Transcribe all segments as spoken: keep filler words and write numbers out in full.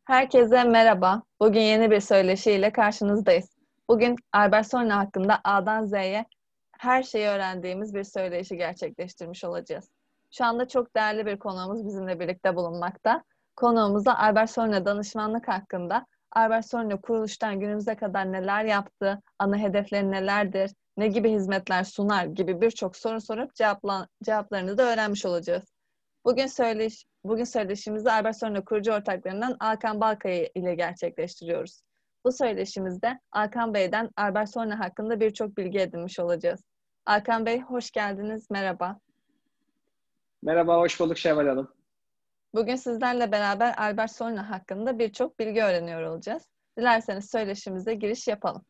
Herkese merhaba. Bugün yeni bir söyleşiyle karşınızdayız. Bugün Albert Sorna hakkında A'dan Z'ye her şeyi öğrendiğimiz bir söyleşi gerçekleştirmiş olacağız. Şu anda çok değerli bir konuğumuz bizimle birlikte bulunmakta. Konuğumuzda Albert Sorna danışmanlık hakkında, Albert Sorna kuruluştan günümüze kadar neler yaptı, ana hedefleri nelerdir, ne gibi hizmetler sunar gibi birçok soru sorup cevapla, cevaplarını da öğrenmiş olacağız. Bugün söyleş, bugün söyleşimizi Albert Sorna kurucu ortaklarından Alkan Balkaya ile gerçekleştiriyoruz. Bu söyleşimizde Alkan Bey'den Albert Sorna hakkında birçok bilgi edinmiş olacağız. Alkan Bey, hoş geldiniz. Merhaba. Merhaba, hoş bulduk Şevval Hanım. Bugün sizlerle beraber Albert Sorna hakkında birçok bilgi öğreniyor olacağız. Dilerseniz söyleşimize giriş yapalım.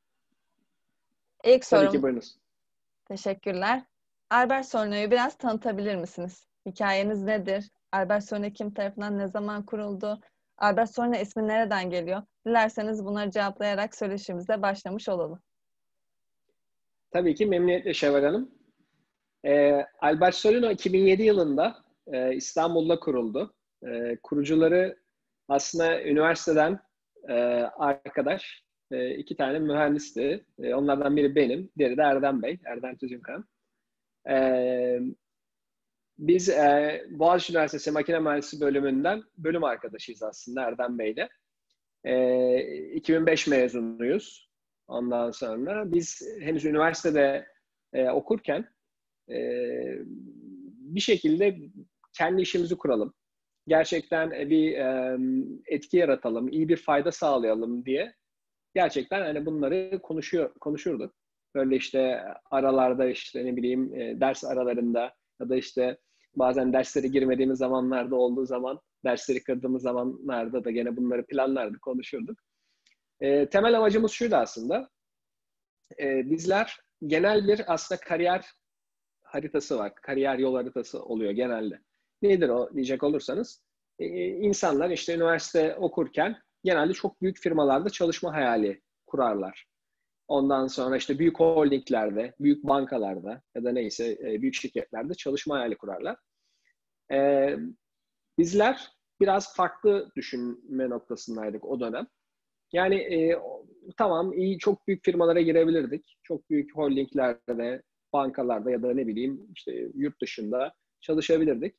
İlk Tabii sorum. ki buyurunuz. Teşekkürler. Albert Sorna'yı biraz tanıtabilir misiniz? Hikayeniz nedir? Albert Sorna kim tarafından ne zaman kuruldu? Albert Sorna ismi nereden geliyor? Dilerseniz bunları cevaplayarak söyleşimize başlamış olalım. Tabii ki memnuniyetle Şevval Hanım. Ee, Albert Solino iki bin yedi yılında e, İstanbul'da kuruldu. E, kurucuları aslında üniversiteden e, arkadaş, e, iki tane mühendisti. E, onlardan biri benim, diğeri de Erdem Bey, Erdem Tüzünkan. E, biz e, Boğaziçi Üniversitesi Makine Mühendisliği bölümünden bölüm arkadaşıyız aslında Erdem Bey'le. E, iki bin beş mezunuyuz. Ondan sonra biz henüz üniversitede e, okurken e, bir şekilde kendi işimizi kuralım. Gerçekten bir e, etki yaratalım, iyi bir fayda sağlayalım diye gerçekten hani bunları konuşuyor konuşurduk. Böyle işte aralarda işte ne bileyim e, ders aralarında ya da işte bazen derslere girmediğimiz zamanlarda olduğu zaman dersleri kırdığımız zamanlarda da gene bunları planlardık, konuşurduk. E, temel amacımız şuydu aslında. E, bizler genel bir aslında kariyer haritası var. Kariyer yol haritası oluyor genelde. Nedir o diyecek olursanız. E, insanlar işte üniversite okurken genelde çok büyük firmalarda çalışma hayali kurarlar. Ondan sonra işte büyük holdinglerde, büyük bankalarda ya da neyse e, büyük şirketlerde çalışma hayali kurarlar. E, bizler biraz farklı düşünme noktasındaydık o dönem. Yani e, tamam iyi çok büyük firmalara girebilirdik. Çok büyük holdinglerde, bankalarda ya da ne bileyim işte yurt dışında çalışabilirdik.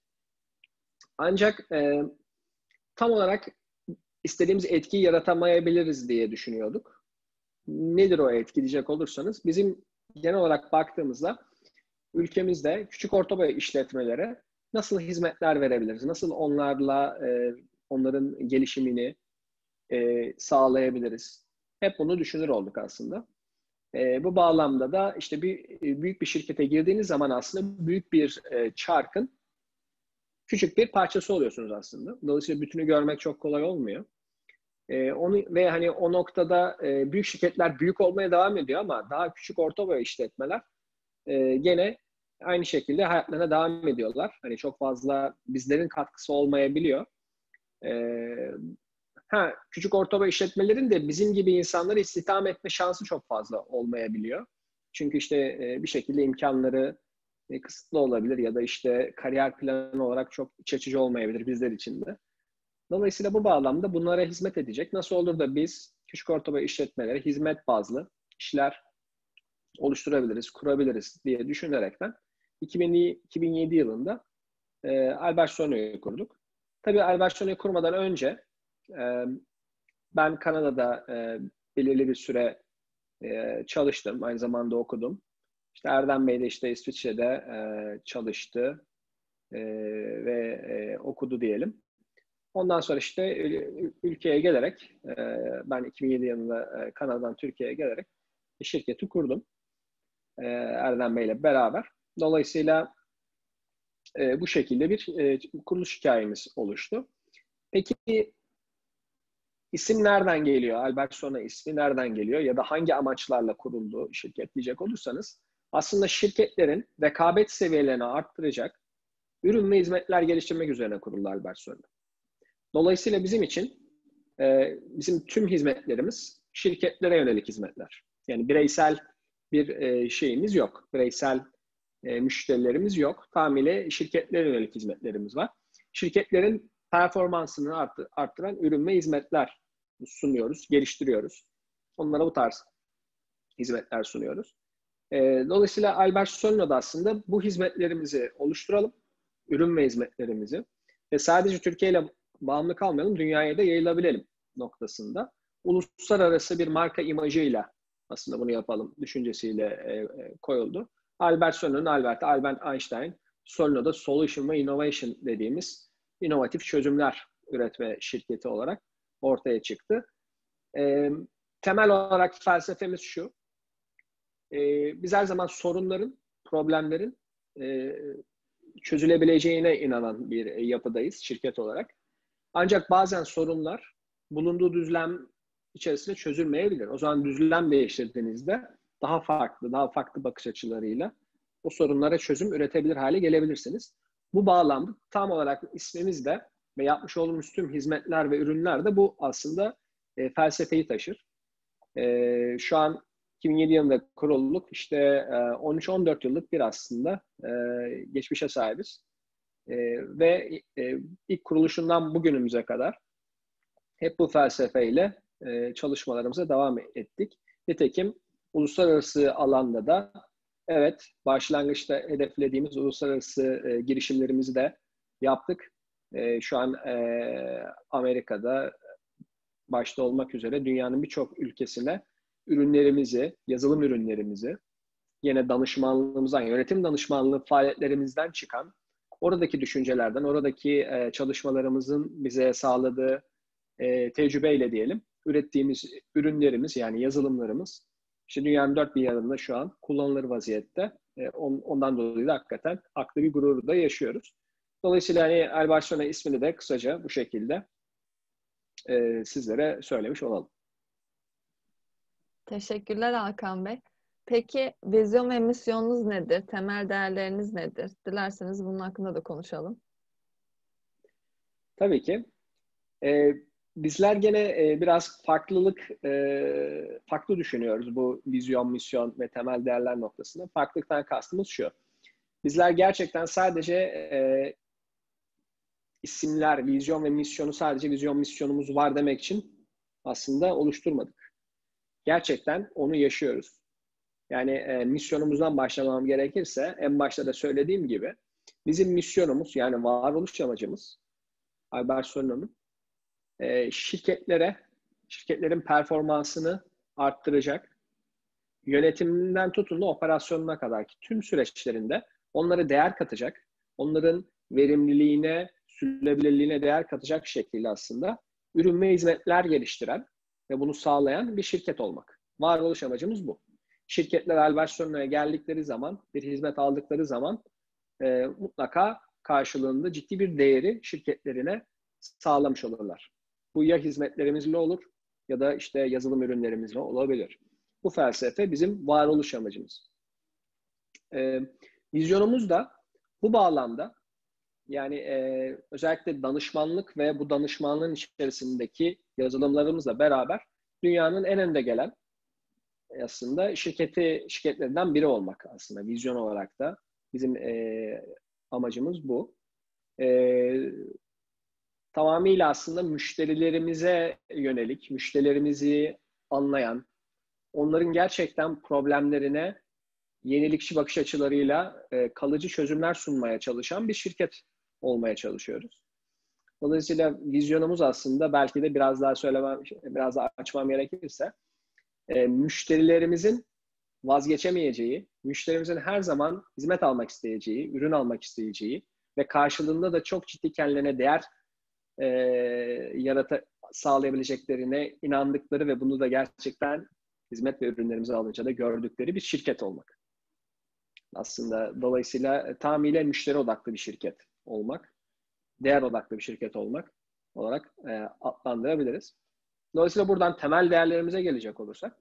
Ancak e, tam olarak istediğimiz etkiyi yaratamayabiliriz diye düşünüyorduk. Nedir o etki diyecek olursanız bizim genel olarak baktığımızda ülkemizde küçük orta boy işletmelere nasıl hizmetler verebiliriz? Nasıl onlarla e, onların gelişimini e, sağlayabiliriz? Hep bunu düşünür olduk aslında. E, bu bağlamda da işte bir büyük bir şirkete girdiğiniz zaman aslında büyük bir e, çarkın küçük bir parçası oluyorsunuz aslında. Dolayısıyla bütünü görmek çok kolay olmuyor. E, onu ve hani o noktada e, büyük şirketler büyük olmaya devam ediyor ama daha küçük orta boy işletmeler e, gene aynı şekilde hayatlarına devam ediyorlar. Hani çok fazla bizlerin katkısı olmayabiliyor. E, ha küçük orta boy işletmelerin de bizim gibi insanları istihdam etme şansı çok fazla olmayabiliyor. Çünkü işte e, bir şekilde imkanları e, kısıtlı olabilir ya da işte kariyer planı olarak çok iç açıcı olmayabilir bizler için de. Dolayısıyla bu bağlamda bunlara hizmet edecek. Nasıl olur da biz küçük orta boy işletmelere hizmet bazlı işler oluşturabiliriz, kurabiliriz diye düşünerekten iki bin yedi yılında e, Albert Sorna'yı kurduk. Tabii Albert Sorna'yı kurmadan önce e, ben Kanada'da e, belirli bir süre e, çalıştım. Aynı zamanda okudum. İşte Erdem Bey de işte İsviçre'de e, çalıştı e, ve e, okudu diyelim. Ondan sonra işte ülkeye gelerek, ben iki bin yedi yılında Kanada'dan Türkiye'ye gelerek şirketi kurdum Erdem Bey'le beraber. Dolayısıyla bu şekilde bir kuruluş hikayemiz oluştu. Peki isim nereden geliyor? Albert Sorna ismi nereden geliyor? Ya da hangi amaçlarla kuruldu şirket diyecek olursanız, aslında şirketlerin rekabet seviyelerini arttıracak ürün ve hizmetler geliştirmek üzerine kuruldu Albert Sorna. Dolayısıyla bizim için e, bizim tüm hizmetlerimiz şirketlere yönelik hizmetler. Yani bireysel bir e, şeyimiz yok. Bireysel e, müşterilerimiz yok. Tamamıyla şirketlere yönelik hizmetlerimiz var. Şirketlerin performansını arttı, arttıran ürün ve hizmetler sunuyoruz, geliştiriyoruz. Onlara bu tarz hizmetler sunuyoruz. E, dolayısıyla Albert Solino'da aslında bu hizmetlerimizi oluşturalım, ürün ve hizmetlerimizi ve sadece Türkiye ile bağımlı kalmayalım, dünyaya da yayılabilelim noktasında. Uluslararası bir marka imajıyla aslında bunu yapalım düşüncesiyle e, e, koyuldu. Albert Solino'nun Albert'i Albert Einstein, Solino'da Solution ve Innovation dediğimiz inovatif çözümler üretme şirketi olarak ortaya çıktı. E, temel olarak felsefemiz şu, e, biz her zaman sorunların, problemlerin e, çözülebileceğine inanan bir yapıdayız şirket olarak. Ancak bazen sorunlar bulunduğu düzlem içerisinde çözülmeyebilir. O zaman düzlem değiştirdiğinizde daha farklı, daha farklı bakış açılarıyla o sorunlara çözüm üretebilir hale gelebilirsiniz. Bu bağlamda tam olarak ismimiz de ve yapmış olduğumuz tüm hizmetler ve ürünler de bu aslında e, felsefeyi taşır. E, şu an iki bin yedi yılında kurulduk. İşte e, on üç on dört yıllık bir aslında e, geçmişe sahibiz. E, ve e, ilk kuruluşundan bugünümüze kadar hep bu felsefeyle e, çalışmalarımıza devam ettik. Nitekim uluslararası alanda da evet başlangıçta hedeflediğimiz uluslararası e, girişimlerimizi de yaptık. E, şu an e, Amerika'da başta olmak üzere dünyanın birçok ülkesine ürünlerimizi, yazılım ürünlerimizi, yine danışmanlığımızdan, yönetim danışmanlığı faaliyetlerimizden çıkan, oradaki düşüncelerden, oradaki e, çalışmalarımızın bize sağladığı e, tecrübeyle diyelim, ürettiğimiz ürünlerimiz yani yazılımlarımız, işte dünyanın dört bir yanında şu an kullanılır vaziyette. E, on, ondan dolayı da hakikaten haklı bir gururu da yaşıyoruz. Dolayısıyla hani Albert Solino ismini de kısaca bu şekilde e, sizlere söylemiş olalım. Teşekkürler Hakan Bey. Peki vizyon ve misyonunuz nedir? Temel değerleriniz nedir? Dilerseniz bunun hakkında da konuşalım. Tabii ki. Ee, bizler gene e, biraz farklılık, e, farklı düşünüyoruz bu vizyon, misyon ve temel değerler noktasında. Farklılıktan kastımız şu. Bizler gerçekten sadece e, isimler, vizyon ve misyonu sadece vizyon, misyonumuz var demek için aslında oluşturmadık. Gerçekten onu yaşıyoruz. Yani e, misyonumuzdan başlamam gerekirse en başta da söylediğim gibi bizim misyonumuz yani varoluş amacımız Albert Solino'nun e, şirketlere, şirketlerin performansını arttıracak, yönetiminden tutun da operasyonuna kadar ki tüm süreçlerinde onlara değer katacak, onların verimliliğine, sürdürülebilirliğine değer katacak şekilde aslında ürün ve hizmetler geliştiren ve bunu sağlayan bir şirket olmak. Varoluş amacımız bu. Şirketler Albert Solino'ya geldikleri zaman, bir hizmet aldıkları zaman e, mutlaka karşılığında ciddi bir değeri şirketlerine sağlamış olurlar. Bu ya hizmetlerimizle olur ya da işte yazılım ürünlerimizle olabilir. Bu felsefe bizim varoluş amacımız. E, vizyonumuz da bu bağlamda yani e, özellikle danışmanlık ve bu danışmanlığın içerisindeki yazılımlarımızla beraber dünyanın en önde gelen aslında şirketi şirketlerinden biri olmak aslında vizyon olarak da bizim e, amacımız bu. E, tamamıyla aslında müşterilerimize yönelik, müşterilerimizi anlayan, onların gerçekten problemlerine yenilikçi bakış açılarıyla e, kalıcı çözümler sunmaya çalışan bir şirket olmaya çalışıyoruz. Dolayısıyla vizyonumuz aslında belki de biraz daha söylemem, biraz daha açmam gerekirse e, müşterilerimizin vazgeçemeyeceği, müşterimizin her zaman hizmet almak isteyeceği, ürün almak isteyeceği ve karşılığında da çok ciddi kendilerine değer e, yarata sağlayabileceklerine inandıkları ve bunu da gerçekten hizmet ve ürünlerimizi alınca da gördükleri bir şirket olmak. Aslında dolayısıyla tamamıyla müşteri odaklı bir şirket olmak, değer odaklı bir şirket olmak olarak e, adlandırabiliriz. Dolayısıyla buradan temel değerlerimize gelecek olursak,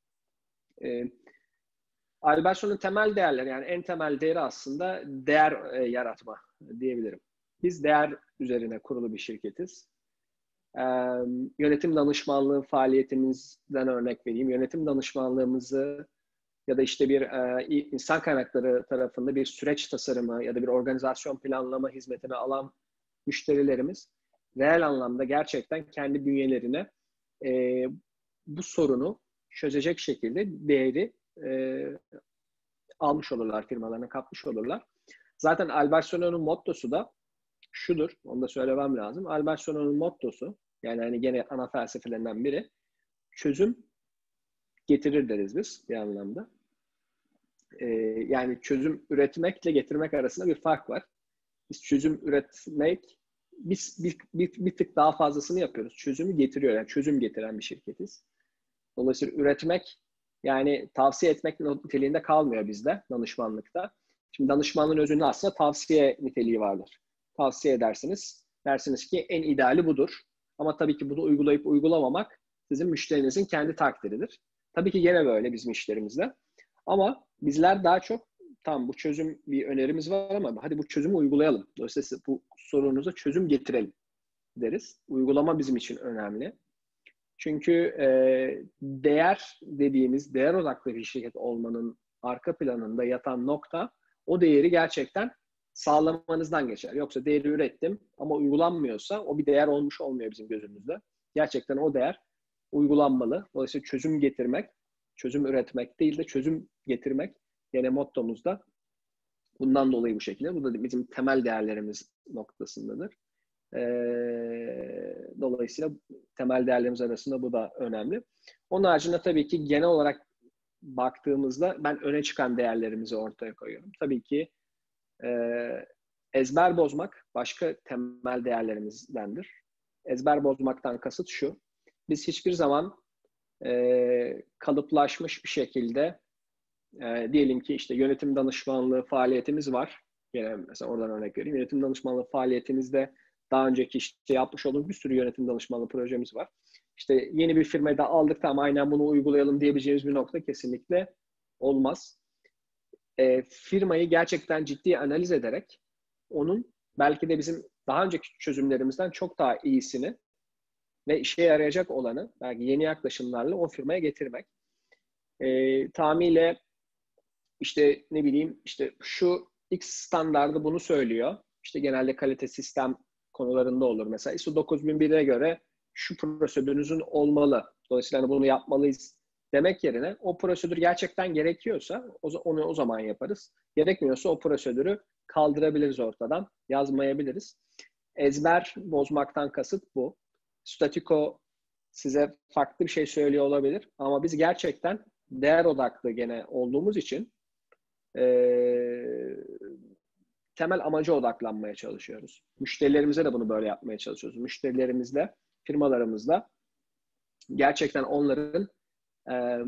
e, Albert Solino'nun temel değerleri yani en temel değeri aslında değer e, yaratma diyebilirim. Biz değer üzerine kurulu bir şirketiz. E, yönetim danışmanlığı faaliyetimizden örnek vereyim. Yönetim danışmanlığımızı ya da işte bir e, insan kaynakları tarafında bir süreç tasarımı ya da bir organizasyon planlama hizmetini alan müşterilerimiz reel anlamda gerçekten kendi bünyelerine e, bu sorunu çözecek şekilde değeri e, almış olurlar, firmalarına katmış olurlar. Zaten Albert Sono'nun mottosu da şudur, onu da söylemem lazım. Albert Sono'nun mottosu, yani hani gene ana felsefelerinden biri, çözüm getirir deriz biz bir anlamda. Ee, yani çözüm üretmekle getirmek arasında bir fark var. Biz çözüm üretmek, biz bir, bir, bir tık daha fazlasını yapıyoruz. Çözümü getiriyor, yani çözüm getiren bir şirketiz. Dolayısıyla üretmek, yani tavsiye etmek niteliğinde kalmıyor bizde danışmanlıkta. Şimdi danışmanlığın özünde aslında tavsiye niteliği vardır. Tavsiye edersiniz, dersiniz ki en ideali budur. Ama tabii ki bunu uygulayıp uygulamamak sizin müşterinizin kendi takdiridir. Tabii ki gene böyle bizim işlerimizde. Ama bizler daha çok, tamam bu çözüm, bir önerimiz var ama hadi bu çözümü uygulayalım. Dolayısıyla bu sorunuza çözüm getirelim deriz. Uygulama bizim için önemli. Çünkü e, değer dediğimiz, değer odaklı bir şirket olmanın arka planında yatan nokta, o değeri gerçekten sağlamanızdan geçer. Yoksa değeri ürettim ama uygulanmıyorsa o bir değer olmuş olmuyor bizim gözümüzde. Gerçekten o değer uygulanmalı. Dolayısıyla çözüm getirmek, çözüm üretmek değil de çözüm getirmek yine mottomuzda. Bundan dolayı bu şekilde. Bu da bizim temel değerlerimiz noktasındadır. Ee, dolayısıyla temel değerlerimiz arasında bu da önemli. Onun haricinde tabii ki genel olarak baktığımızda ben öne çıkan değerlerimizi ortaya koyuyorum. Tabii ki e, ezber bozmak başka temel değerlerimizdendir. Ezber bozmaktan kasıt şu: biz hiçbir zaman e, kalıplaşmış bir şekilde e, diyelim ki işte yönetim danışmanlığı faaliyetimiz var. Yine mesela oradan örnek vereyim. Yönetim danışmanlığı faaliyetimizde daha önceki işte yapmış olduğumuz bir sürü yönetim danışmanlığı projemiz var. İşte yeni bir firmayı da aldık, tamam aynen bunu uygulayalım diyebileceğimiz bir nokta kesinlikle olmaz. E, firmayı gerçekten ciddi analiz ederek onun belki de bizim daha önceki çözümlerimizden çok daha iyisini ve işe yarayacak olanı belki yeni yaklaşımlarla o firmaya getirmek. E, tamamıyla işte ne bileyim işte şu X standardı bunu söylüyor. İşte genelde kalite sistem konularında olur. Mesela I S O dokuz bin bire göre şu prosedürünüzün olmalı. Dolayısıyla hani bunu yapmalıyız demek yerine o prosedür gerçekten gerekiyorsa onu o zaman yaparız. Gerekmiyorsa o prosedürü kaldırabiliriz ortadan. Yazmayabiliriz. Ezber bozmaktan kasıt bu. Statiko size farklı bir şey söylüyor olabilir. Ama biz gerçekten değer odaklı gene olduğumuz için Ee, temel amaca odaklanmaya çalışıyoruz. Müşterilerimize de bunu böyle yapmaya çalışıyoruz. Müşterilerimizle, firmalarımızla gerçekten onların e,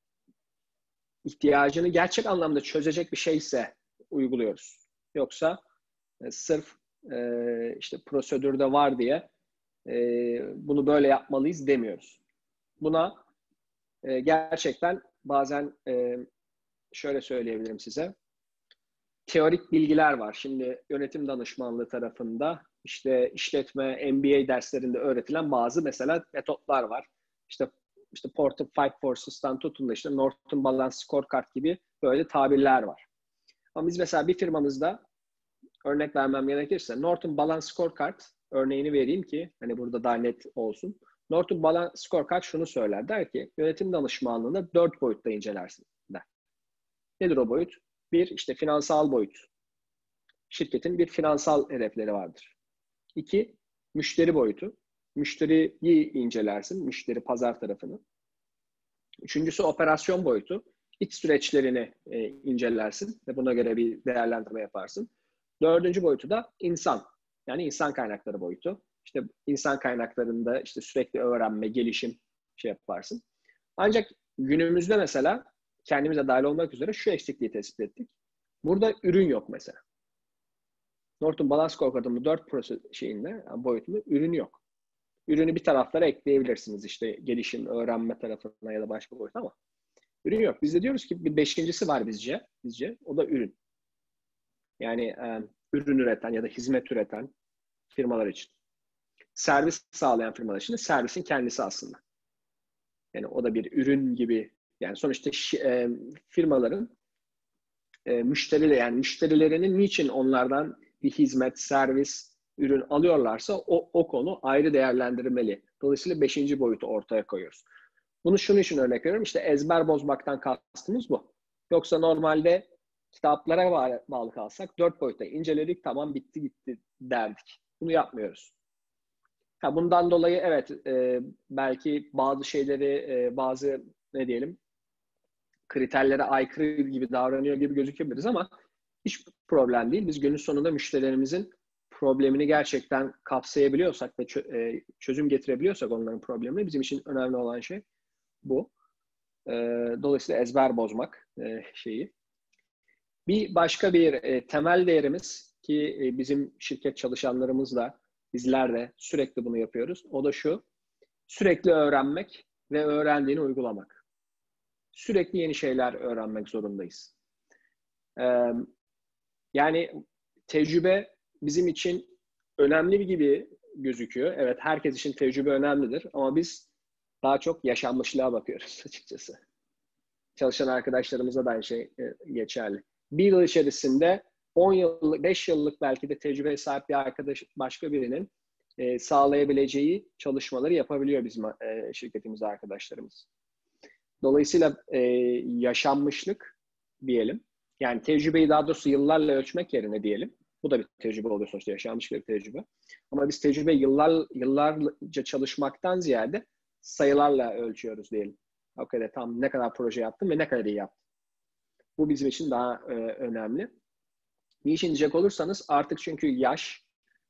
ihtiyacını gerçek anlamda çözecek bir şeyse uyguluyoruz. Yoksa e, sırf e, işte prosedürde var diye e, bunu böyle yapmalıyız demiyoruz. Buna e, gerçekten bazen e, şöyle söyleyebilirim size. Teorik bilgiler var. Şimdi yönetim danışmanlığı tarafında işte işletme, M B A derslerinde öğretilen bazı mesela metotlar var. İşte işte Porter Five Forces'tan tutun da işte Norton Balance Scorecard gibi böyle tabirler var. Ama biz mesela bir firmamızda örnek vermem gerekirse Norton Balance Scorecard örneğini vereyim ki hani burada daha net olsun. Norton Balance Scorecard şunu söyler. Der ki yönetim danışmanlığını dört boyutta incelersin der. Nedir o boyut? Bir, işte finansal boyut. Şirketin bir finansal hedefleri vardır. İki, müşteri boyutu. Müşteriyi incelersin, müşteri pazar tarafını. Üçüncüsü operasyon boyutu. İç süreçlerini e, incelersin ve buna göre bir değerlendirme yaparsın. Dördüncü boyutu da insan. Yani insan kaynakları boyutu. İşte insan kaynaklarında işte sürekli öğrenme, gelişim şey yaparsın. Ancak günümüzde mesela kendimize dahil olmak üzere şu eksikliği tespit ettik. Burada ürün yok mesela. Norton Balance Scorecard'ın dört prosedür şeyinde, yani boyutunda ürün yok. Ürünü bir taraflara ekleyebilirsiniz işte gelişim, öğrenme tarafına ya da başka boyut ama ürün yok. Biz de diyoruz ki bir beşincisi var bizce. Bizce o da ürün. Yani e, ürün üreten ya da hizmet üreten firmalar için. Servis sağlayan firmalar için de servisin kendisi aslında. Yani o da bir ürün gibi. Yani sonuçta e, firmaların e, müşterileri yani müşterilerinin niçin onlardan bir hizmet, servis ürün alıyorlarsa o, o konu ayrı değerlendirilmeli. Dolayısıyla beşinci boyutu ortaya koyuyoruz. Bunu şunun için örnek veriyorum. İşte ezber bozmaktan kastımız bu. Yoksa normalde kitaplara bağlı, bağlı kalsak dört boyutta inceledik, tamam bitti gitti derdik. Bunu yapmıyoruz. Ha, bundan dolayı evet e, belki bazı şeyleri, e, bazı ne diyelim kriterlere aykırı gibi davranıyor gibi gözükebiliriz ama hiç problem değil. Biz günün sonunda müşterilerimizin problemini gerçekten kapsayabiliyorsak ve çözüm getirebiliyorsak onların problemine, bizim için önemli olan şey bu. Dolayısıyla ezber bozmak şeyi. Bir başka bir temel değerimiz ki bizim şirket çalışanlarımız da bizler de sürekli bunu yapıyoruz. O da şu: sürekli öğrenmek ve öğrendiğini uygulamak. Sürekli yeni şeyler öğrenmek zorundayız. Yani tecrübe bizim için önemli gibi gözüküyor. Evet, herkes için tecrübe önemlidir ama biz daha çok yaşanmışlığa bakıyoruz açıkçası. Çalışan arkadaşlarımıza da aynı şey geçerli. Bir yıl içerisinde on yıllık, beş yıllık belki de tecrübeye sahip bir arkadaş, başka birinin e, sağlayabileceği çalışmaları yapabiliyor bizim e, şirketimiz arkadaşlarımız. Dolayısıyla e, yaşanmışlık diyelim. Yani tecrübeyi daha doğrusu yıllarla ölçmek yerine diyelim. Bu da bir tecrübe oluyor sonuçta, yaşanmış bir tecrübe. Ama biz tecrübe yıllar yıllarca çalışmaktan ziyade sayılarla ölçüyoruz diyelim. Okay, tam ne kadar proje yaptım ve ne kadar iyi yaptım. Bu bizim için daha e, önemli. Niçin diyecek olursanız artık çünkü yaş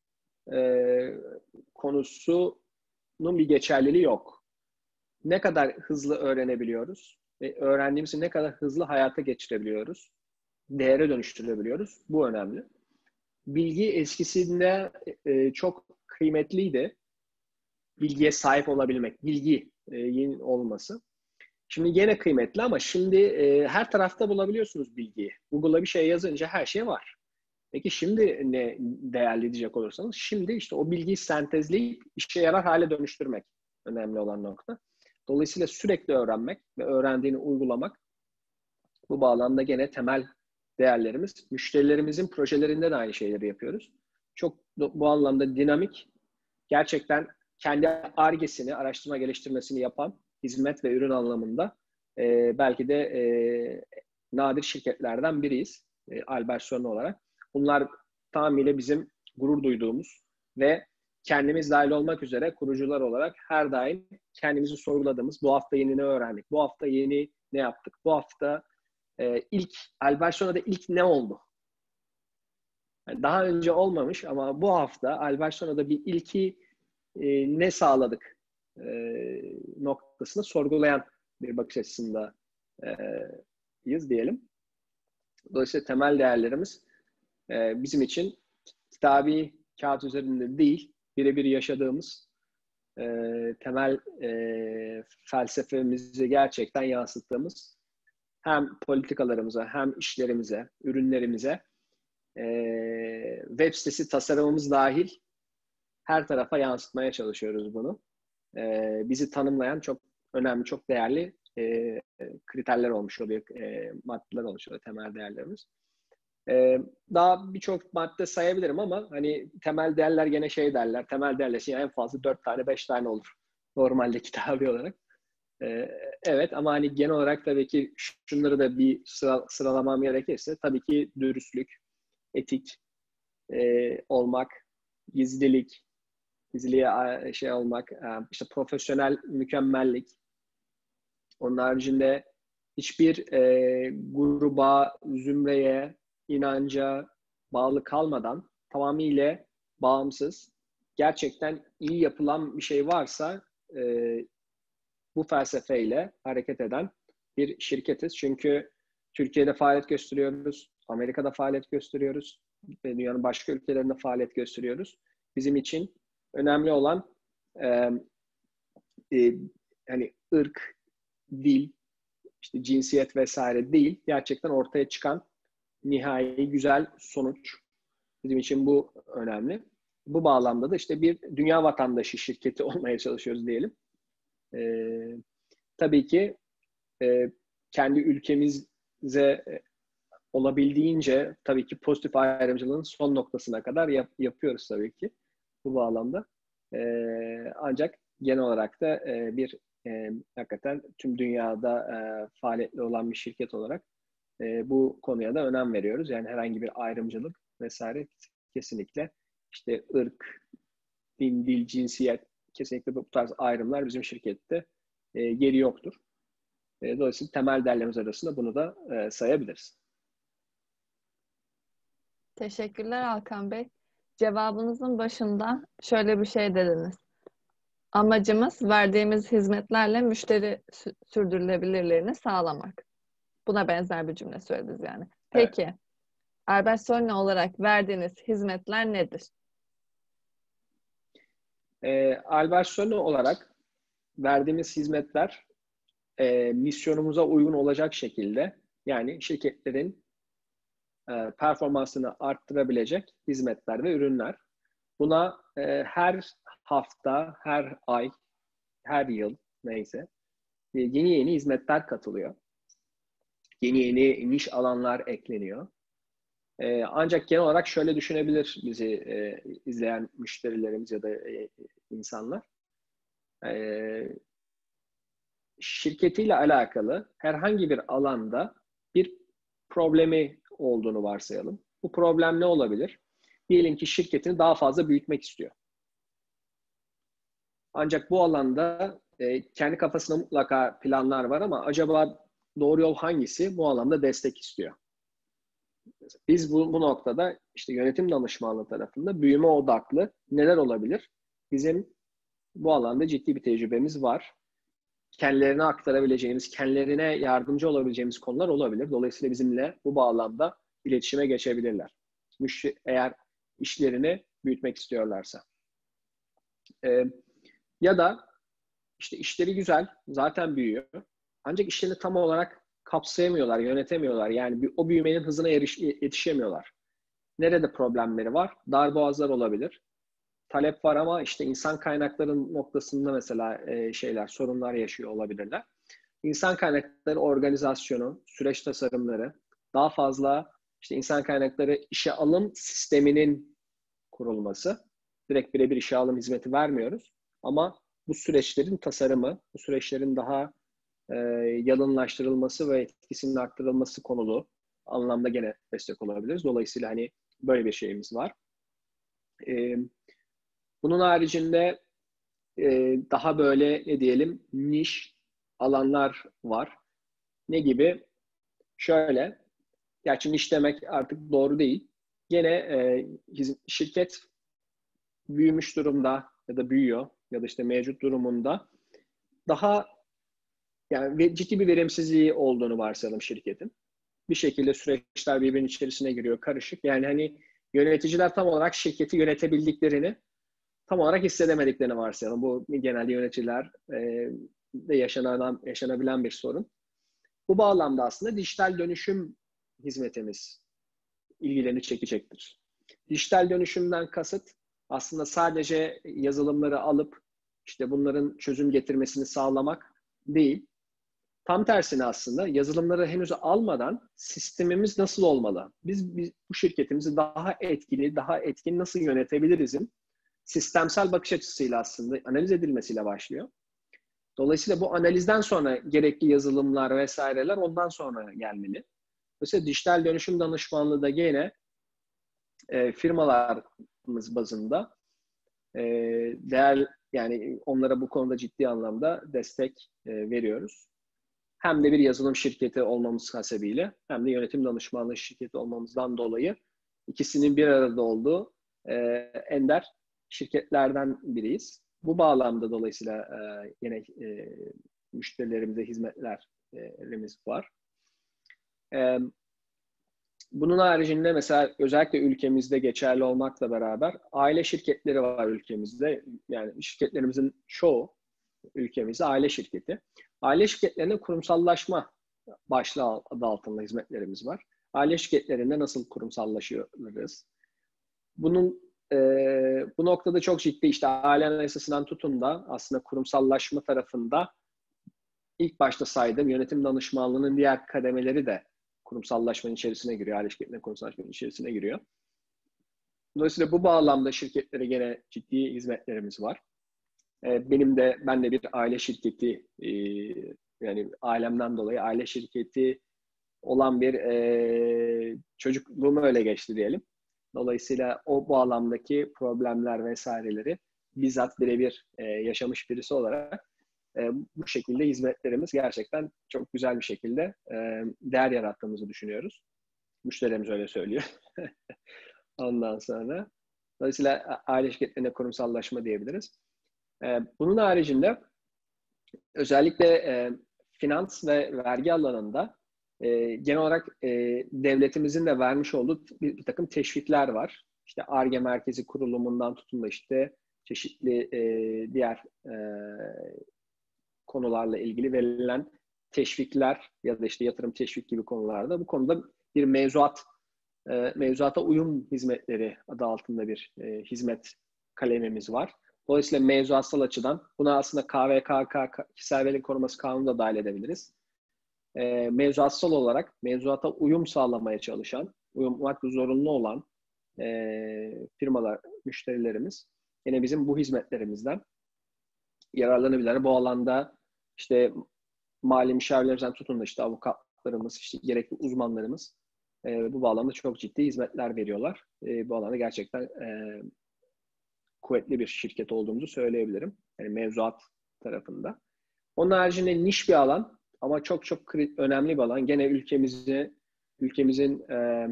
e, konusunun bir geçerliliği yok. Ne kadar hızlı öğrenebiliyoruz ve öğrendiğimizi ne kadar hızlı hayata geçirebiliyoruz, değere dönüştürebiliyoruz. Bu önemli. Bilgi eskisinde e, çok kıymetliydi. Bilgiye sahip olabilmek, bilginin e, olması. Şimdi gene kıymetli ama şimdi e, her tarafta bulabiliyorsunuz bilgiyi. Google'a bir şey yazınca her şey var. Peki şimdi ne değerli diyecek olursanız, şimdi işte o bilgiyi sentezleyip işe yarar hale dönüştürmek önemli olan nokta. Dolayısıyla sürekli öğrenmek ve öğrendiğini uygulamak bu bağlamda gene temel değerlerimiz. Müşterilerimizin projelerinde de aynı şeyleri yapıyoruz. Çok bu anlamda dinamik, gerçekten kendi Ar-Ge'sini, araştırma geliştirmesini yapan hizmet ve ürün anlamında e, belki de e, nadir şirketlerden biriyiz e, Albert Sorun olarak. Bunlar tamamıyla bizim gurur duyduğumuz ve kendimiz dahil olmak üzere kurucular olarak her daim kendimizi sorguladığımız, bu hafta yeni ne öğrendik, bu hafta yeni ne yaptık, bu hafta e, ilk, Albert Sorun'da ilk ne oldu? Yani daha önce olmamış ama bu hafta Albert Sorun'da bir ilki e, ne sağladık e, noktasını sorgulayan bir bakış açısındayız e, diyelim. Dolayısıyla temel değerlerimiz e, bizim için kitabi kağıt üzerinde değil, birebir yaşadığımız e, temel e, felsefemizi gerçekten yansıttığımız hem politikalarımıza hem işlerimize, ürünlerimize e, web sitesi tasarımımız dahil her tarafa yansıtmaya çalışıyoruz bunu. E, bizi tanımlayan çok önemli, çok değerli e, kriterler olmuş oluyor, e, maddeler olmuş oluyor, temel değerlerimiz. E, daha birçok madde sayabilirim ama hani temel değerler gene şey derler, temel değerler yani en fazla dört tane, beş tane olur normalde kitabi olarak. E, evet ama hani genel olarak tabii ki şunları da bir sıra, sıralamam gerekirse tabii ki dürüstlük, etik e, olmak, gizlilik, gizliliğe şey olmak, işte profesyonel mükemmellik. Onun haricinde hiçbir e, gruba, zümreye, inanca bağlı kalmadan tamamıyla bağımsız, gerçekten iyi yapılan bir şey varsa e, bu felsefeyle hareket eden bir şirketiz. Çünkü Türkiye'de faaliyet gösteriyoruz, Amerika'da faaliyet gösteriyoruz, dünyanın başka ülkelerinde faaliyet gösteriyoruz. Bizim için önemli olan e, e, hani ırk, dil, işte cinsiyet vesaire değil, gerçekten ortaya çıkan nihai güzel sonuç. Bizim için bu önemli. Bu bağlamda da işte bir dünya vatandaşı şirketi olmaya çalışıyoruz diyelim. Ee, tabii ki e, kendi ülkemize olabildiğince tabii ki pozitif ayrımcılığın son noktasına kadar yap, yapıyoruz tabii ki bu bağlamda. E, ancak genel olarak da e, bir e, hakikaten tüm dünyada e, faaliyetli olan bir şirket olarak e, bu konuya da önem veriyoruz. Yani herhangi bir ayrımcılık vesaire kesinlikle işte ırk, din, dil, cinsiyet, kesinlikle bu tarz ayrımlar bizim şirkette e, yeri yoktur. E, dolayısıyla temel değerlerimiz arasında bunu da e, sayabiliriz. Teşekkürler Alkan Bey. Cevabınızın başında şöyle bir şey dediniz. Amacımız verdiğimiz hizmetlerle müşteri sü- sürdürülebilirliğini sağlamak. Buna benzer bir cümle söylediniz yani. Peki, evet. Albert Solna olarak verdiğiniz hizmetler nedir? E, Albert Solna olarak verdiğimiz hizmetler e, misyonumuza uygun olacak şekilde, yani şirketlerin e, performansını arttırabilecek hizmetler ve ürünler. Buna e, her hafta, her ay, her yıl neyse e, yeni yeni hizmetler katılıyor. Yeni yeni niş alanlar ekleniyor. E, ancak genel olarak şöyle düşünebilir bizi e, izleyen müşterilerimiz ya da e, insanlar. E, şirketiyle alakalı herhangi bir alanda bir problemi olduğunu varsayalım. Bu problem ne olabilir? Diyelim ki şirketini daha fazla büyütmek istiyor. Ancak bu alanda e, kendi kafasında mutlaka planlar var ama acaba doğru yol hangisi? Bu alanda destek istiyor. Biz bu, bu noktada işte yönetim danışmanlığı tarafında büyüme odaklı neler olabilir? Bizim bu alanda ciddi bir tecrübemiz var. Kendilerine aktarabileceğimiz, kendilerine yardımcı olabileceğimiz konular olabilir. Dolayısıyla bizimle bu bağlamda iletişime geçebilirler. Müşteri, eğer işlerini büyütmek istiyorlarsa. Ee, ya da işte işleri güzel, zaten büyüyor. Ancak işlerini tam olarak kapsayamıyorlar, yönetemiyorlar. Yani bir, o büyümenin hızına eriş, yetişemiyorlar. Nerede problemleri var? Darboğazlar olabilir. Talep var ama işte insan kaynakları noktasında mesela e, şeyler, sorunlar yaşıyor olabilirler. İnsan kaynakları organizasyonu, süreç tasarımları, daha fazla işte insan kaynakları işe alım sisteminin kurulması. Direkt birebir işe alım hizmeti vermiyoruz. Ama bu süreçlerin tasarımı, bu süreçlerin daha e, yalınlaştırılması ve etkisinin arttırılması konulu anlamda gene destek olabiliriz. Dolayısıyla hani böyle bir şeyimiz var. E, bunun haricinde e, daha böyle ne diyelim niş alanlar var. Ne gibi? Şöyle, gerçi niş demek artık doğru değil. Gene e, şirket büyümüş durumda ya da büyüyor ya da işte mevcut durumunda daha yani ciddi bir verimsizliği olduğunu varsayalım şirketin. Bir şekilde süreçler birbirinin içerisine giriyor, karışık. Yani hani yöneticiler tam olarak şirketi yönetebildiklerini tam olarak hissedemediklerini varsayalım. Bu genelde yöneticiler e, de yaşanan, yaşanabilen bir sorun. Bu bağlamda aslında dijital dönüşüm hizmetimiz ilgilerini çekecektir. Dijital dönüşümden kasıt aslında sadece yazılımları alıp işte bunların çözüm getirmesini sağlamak değil. Tam tersine aslında yazılımları henüz almadan sistemimiz nasıl olmalı? Biz, biz bu şirketimizi daha etkili, daha etkin nasıl yönetebilirizin sistemsel bakış açısıyla aslında analiz edilmesiyle başlıyor. Dolayısıyla bu analizden sonra gerekli yazılımlar vesaireler ondan sonra gelmeli. Mesela dijital dönüşüm danışmanlığı da gene e, firmalarımız bazında e, değer yani onlara bu konuda ciddi anlamda destek e, veriyoruz. Hem de bir yazılım şirketi olmamız hasebiyle hem de yönetim danışmanlığı şirketi olmamızdan dolayı ikisinin bir arada olduğu e, ender şirketlerden biriyiz. Bu bağlamda dolayısıyla e, yine e, müşterilerimize hizmetlerimiz var. E, bunun haricinde mesela özellikle ülkemizde geçerli olmakla beraber aile şirketleri var ülkemizde. Yani şirketlerimizin çoğu ülkemizde aile şirketi. Aile şirketlerinde kurumsallaşma başlığı adı altında hizmetlerimiz var. Aile şirketlerinde nasıl kurumsallaşıyoruz? Bunun e, bu noktada çok ciddi işte aile anayasasından tutun da aslında kurumsallaşma tarafında ilk başta saydığım yönetim danışmanlığının diğer kademeleri de kurumsallaşmanın içerisine giriyor. Aile şirketlerinin kurumsallaşmanın içerisine giriyor. Dolayısıyla bu bağlamda şirketlere gene ciddi hizmetlerimiz var. Benim de, ben de bir aile şirketi, yani ailemden dolayı aile şirketi olan bir e, çocukluğum öyle geçti diyelim. Dolayısıyla o bağlamdaki problemler vesaireleri bizzat birebir e, yaşamış birisi olarak e, bu şekilde hizmetlerimiz gerçekten çok güzel bir şekilde e, değer yarattığımızı düşünüyoruz. Müşterimiz öyle söylüyor. Ondan sonra dolayısıyla aile şirketlerine kurumsallaşma diyebiliriz. E, bunun haricinde özellikle e, finans ve vergi alanında e, genel olarak e, devletimizin de vermiş olduğu bir, bir takım teşvikler var. İşte Ar-Ge merkezi kurulumundan tutun da işte çeşitli e, diğer e, konularla ilgili verilen teşvikler ya da işte yatırım teşvik gibi konularda bu konuda bir mevzuat e, mevzuata uyum hizmetleri adı altında bir e, hizmet kalemimiz var. Dolayısıyla mevzuatsal açıdan buna aslında K V K K, Kişisel Veri Koruması Kanunu da dahil edebiliriz. E, mevzuatsal olarak mevzuata uyum sağlamaya çalışan, uyumak zorunlu olan e, firmalar, müşterilerimiz yine bizim bu hizmetlerimizden yararlanabilirler. Bu alanda işte mali müşavirlerimizden tutun da işte avukatlarımız, işte gerekli uzmanlarımız e, bu bağlamda çok ciddi hizmetler veriyorlar. E, bu alanda gerçekten e, kuvvetli bir şirket olduğumuzu söyleyebilirim. Yani mevzuat tarafında. Onun haricinde niş bir alan ama çok çok önemli bir alan. Gene ülkemizi, ülkemizin e,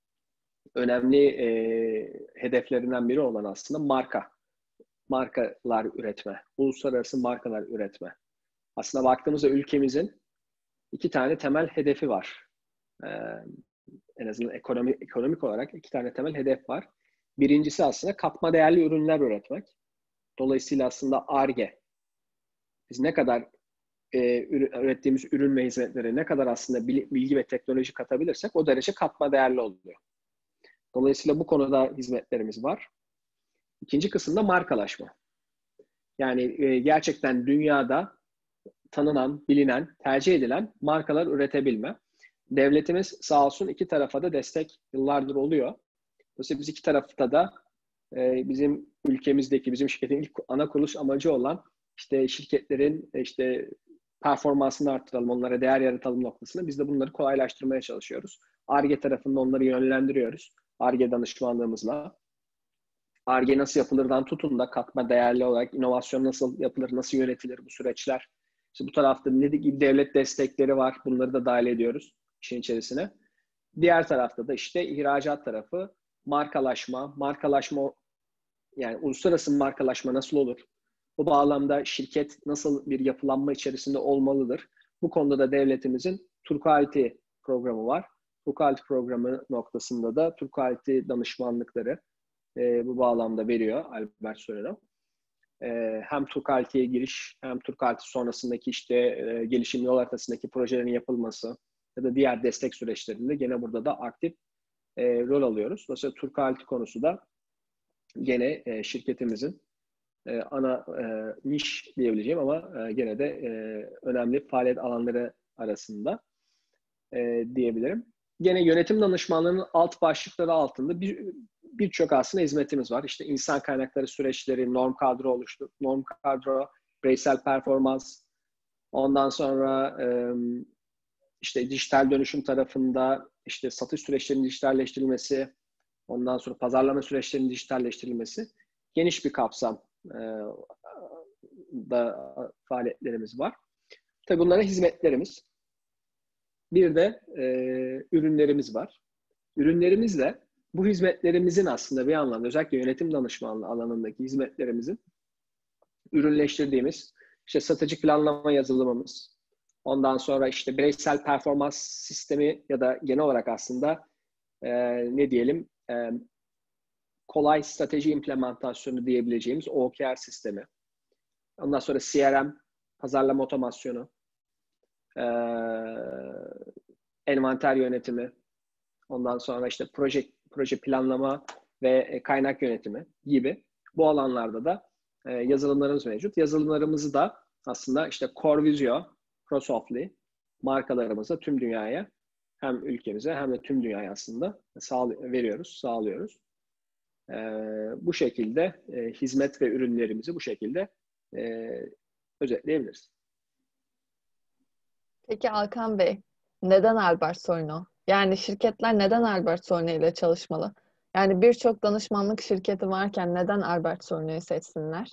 önemli e, hedeflerinden biri olan aslında marka. Markalar üretme. Uluslararası markalar üretme. Aslında baktığımızda ülkemizin iki tane temel hedefi var. E, en azından ekonomi, ekonomik olarak iki tane temel hedef var. Birincisi aslında katma değerli ürünler üretmek. Dolayısıyla aslında Ar-Ge. Biz ne kadar e, ürettiğimiz ürün ve hizmetleri ne kadar aslında bilgi ve teknoloji katabilirsek o derece katma değerli oluyor. Dolayısıyla bu konuda hizmetlerimiz var. İkinci kısımda markalaşma. Yani e, gerçekten dünyada tanınan, bilinen, tercih edilen markalar üretebilme. Devletimiz sağ olsun iki tarafa da destek yıllardır oluyor. Dolayısıyla biz iki tarafta da e, bizim ülkemizdeki, bizim şirketin ilk ana kuruluş amacı olan işte şirketlerin işte performansını arttıralım, onlara değer yaratalım noktasında biz de bunları kolaylaştırmaya çalışıyoruz. Ar-Ge tarafında onları yönlendiriyoruz. Ar-Ge danışmanlığımızla. Ar-Ge nasıl yapılırdan tutun da katma değerli olarak inovasyon nasıl yapılır, nasıl yönetilir bu süreçler. İşte bu tarafta ne gibi devlet destekleri var, bunları da dahil ediyoruz işin içerisine. Diğer tarafta da işte ihracat tarafı, markalaşma, markalaşma yani uluslararası markalaşma nasıl olur? Bu bağlamda şirket nasıl bir yapılanma içerisinde olmalıdır? Bu konuda da devletimizin Turquality programı var. Turquality programı noktasında da Turquality danışmanlıkları e, bu bağlamda veriyor Albert Solino. E, hem Turquality'ye giriş hem Turquality sonrasındaki işte e, gelişim yol haritasındaki projelerin yapılması ya da diğer destek süreçlerinde gene burada da aktif e, rol alıyoruz. Dolayısıyla Turquality konusu da gene e, şirketimizin e, ana e, niş diyebileceğim ama e, gene de e, önemli faaliyet alanları arasında e, diyebilirim. Gene yönetim danışmanlığının alt başlıkları altında bir birçok aslında hizmetimiz var. İşte insan kaynakları süreçleri, norm kadro oluştur, norm kadro, bireysel performans, ondan sonra e, işte dijital dönüşüm tarafında işte satış süreçlerinin dijitalleştirilmesi, ondan sonra pazarlama süreçlerinin dijitalleştirilmesi geniş bir kapsam e, da faaliyetlerimiz var. Tabii bunlara hizmetlerimiz. Bir de e, ürünlerimiz var. Ürünlerimizle bu hizmetlerimizin aslında bir anlamda özellikle yönetim danışmanlığı alanındaki hizmetlerimizin ürünleştirdiğimiz işte satıcı planlama yazılımımız, ondan sonra işte bireysel performans sistemi ya da genel olarak aslında e, ne diyelim e, kolay strateji implementasyonu diyebileceğimiz O K R sistemi. Ondan sonra C R M, pazarlama otomasyonu, e, envanter yönetimi, ondan sonra işte proje proje planlama ve kaynak yönetimi gibi bu alanlarda da e, yazılımlarımız mevcut. Yazılımlarımızı da aslında işte CoreVisio, Crosoftly markalarımızı tüm dünyaya hem ülkemize hem de tüm dünyaya aslında sağ, veriyoruz, sağlıyoruz. E, bu şekilde e, hizmet ve ürünlerimizi bu şekilde e, özetleyebiliriz. Peki Alkan Bey, neden Albertsolino? Yani şirketler neden Albertsolino ile çalışmalı? Yani birçok danışmanlık şirketi varken neden Albertsolino'yu seçsinler?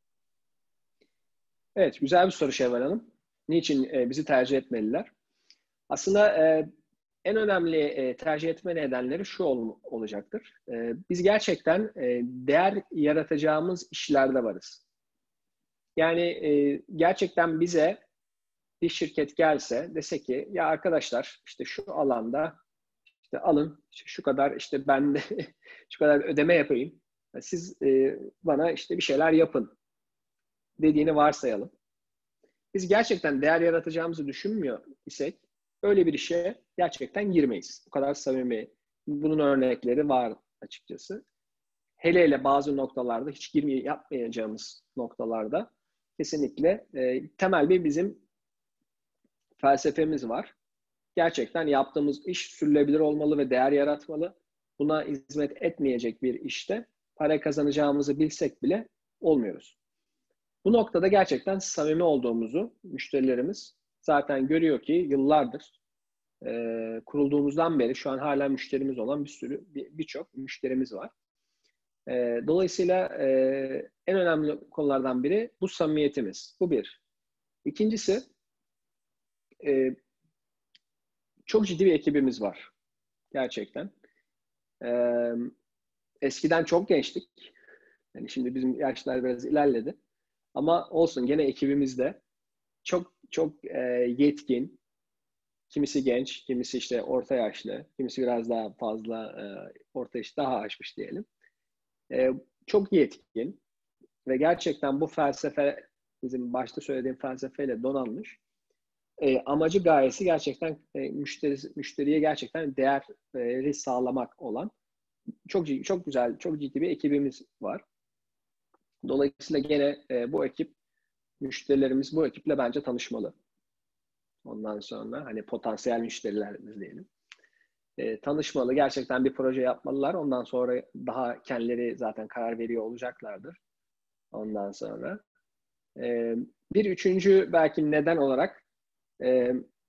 Evet, güzel bir soru Şevval Hanım. Niçin e, bizi tercih etmeliler? Aslında e, en önemli e, tercih etme nedenleri şu ol, olacaktır. E, biz gerçekten e, değer yaratacağımız işlerde varız. Yani e, gerçekten bize bir şirket gelse dese ki ya arkadaşlar işte şu alanda işte alın işte şu kadar işte ben de şu kadar ödeme yapayım. Siz e, bana işte bir şeyler yapın dediğini varsayalım. Biz gerçekten değer yaratacağımızı düşünmüyor isek öyle bir işe gerçekten girmeyiz. Bu kadar samimi. Bunun örnekleri var açıkçası. Hele hele bazı noktalarda hiç girmeye yapmayacağımız noktalarda kesinlikle e, temel bir bizim felsefemiz var. Gerçekten yaptığımız iş sürdürülebilir olmalı ve değer yaratmalı. Buna hizmet etmeyecek bir işte para kazanacağımızı bilsek bile olmuyoruz. Bu noktada gerçekten samimi olduğumuzu müşterilerimiz zaten görüyor ki yıllardır e, kurulduğumuzdan beri şu an hala müşterimiz olan bir sürü birçok bir müşterimiz var. E, dolayısıyla e, en önemli konulardan biri bu samimiyetimiz. Bu bir. İkincisi e, çok ciddi bir ekibimiz var gerçekten. E, eskiden çok gençtik. Yani şimdi bizim yaşlar biraz ilerledi. Ama olsun gene ekibimizde çok çok e, yetkin, kimisi genç, kimisi işte orta yaşlı, kimisi biraz daha fazla e, orta yaş daha aşmış diyelim. E, çok yetkin ve gerçekten bu felsefe bizim başta söylediğim felsefeyle donanmış. E, amacı gayesi gerçekten e, müşteri, müşteriye gerçekten değeri sağlamak olan çok çok güzel, çok ciddi bir ekibimiz var. Dolayısıyla gene e, bu ekip, müşterilerimiz bu ekiple bence tanışmalı. Ondan sonra hani potansiyel müşterilerimiz diyelim. E, tanışmalı, gerçekten bir proje yapmalılar. Ondan sonra daha kendileri zaten karar veriyor olacaklardır. Ondan sonra. E, bir üçüncü belki neden olarak e,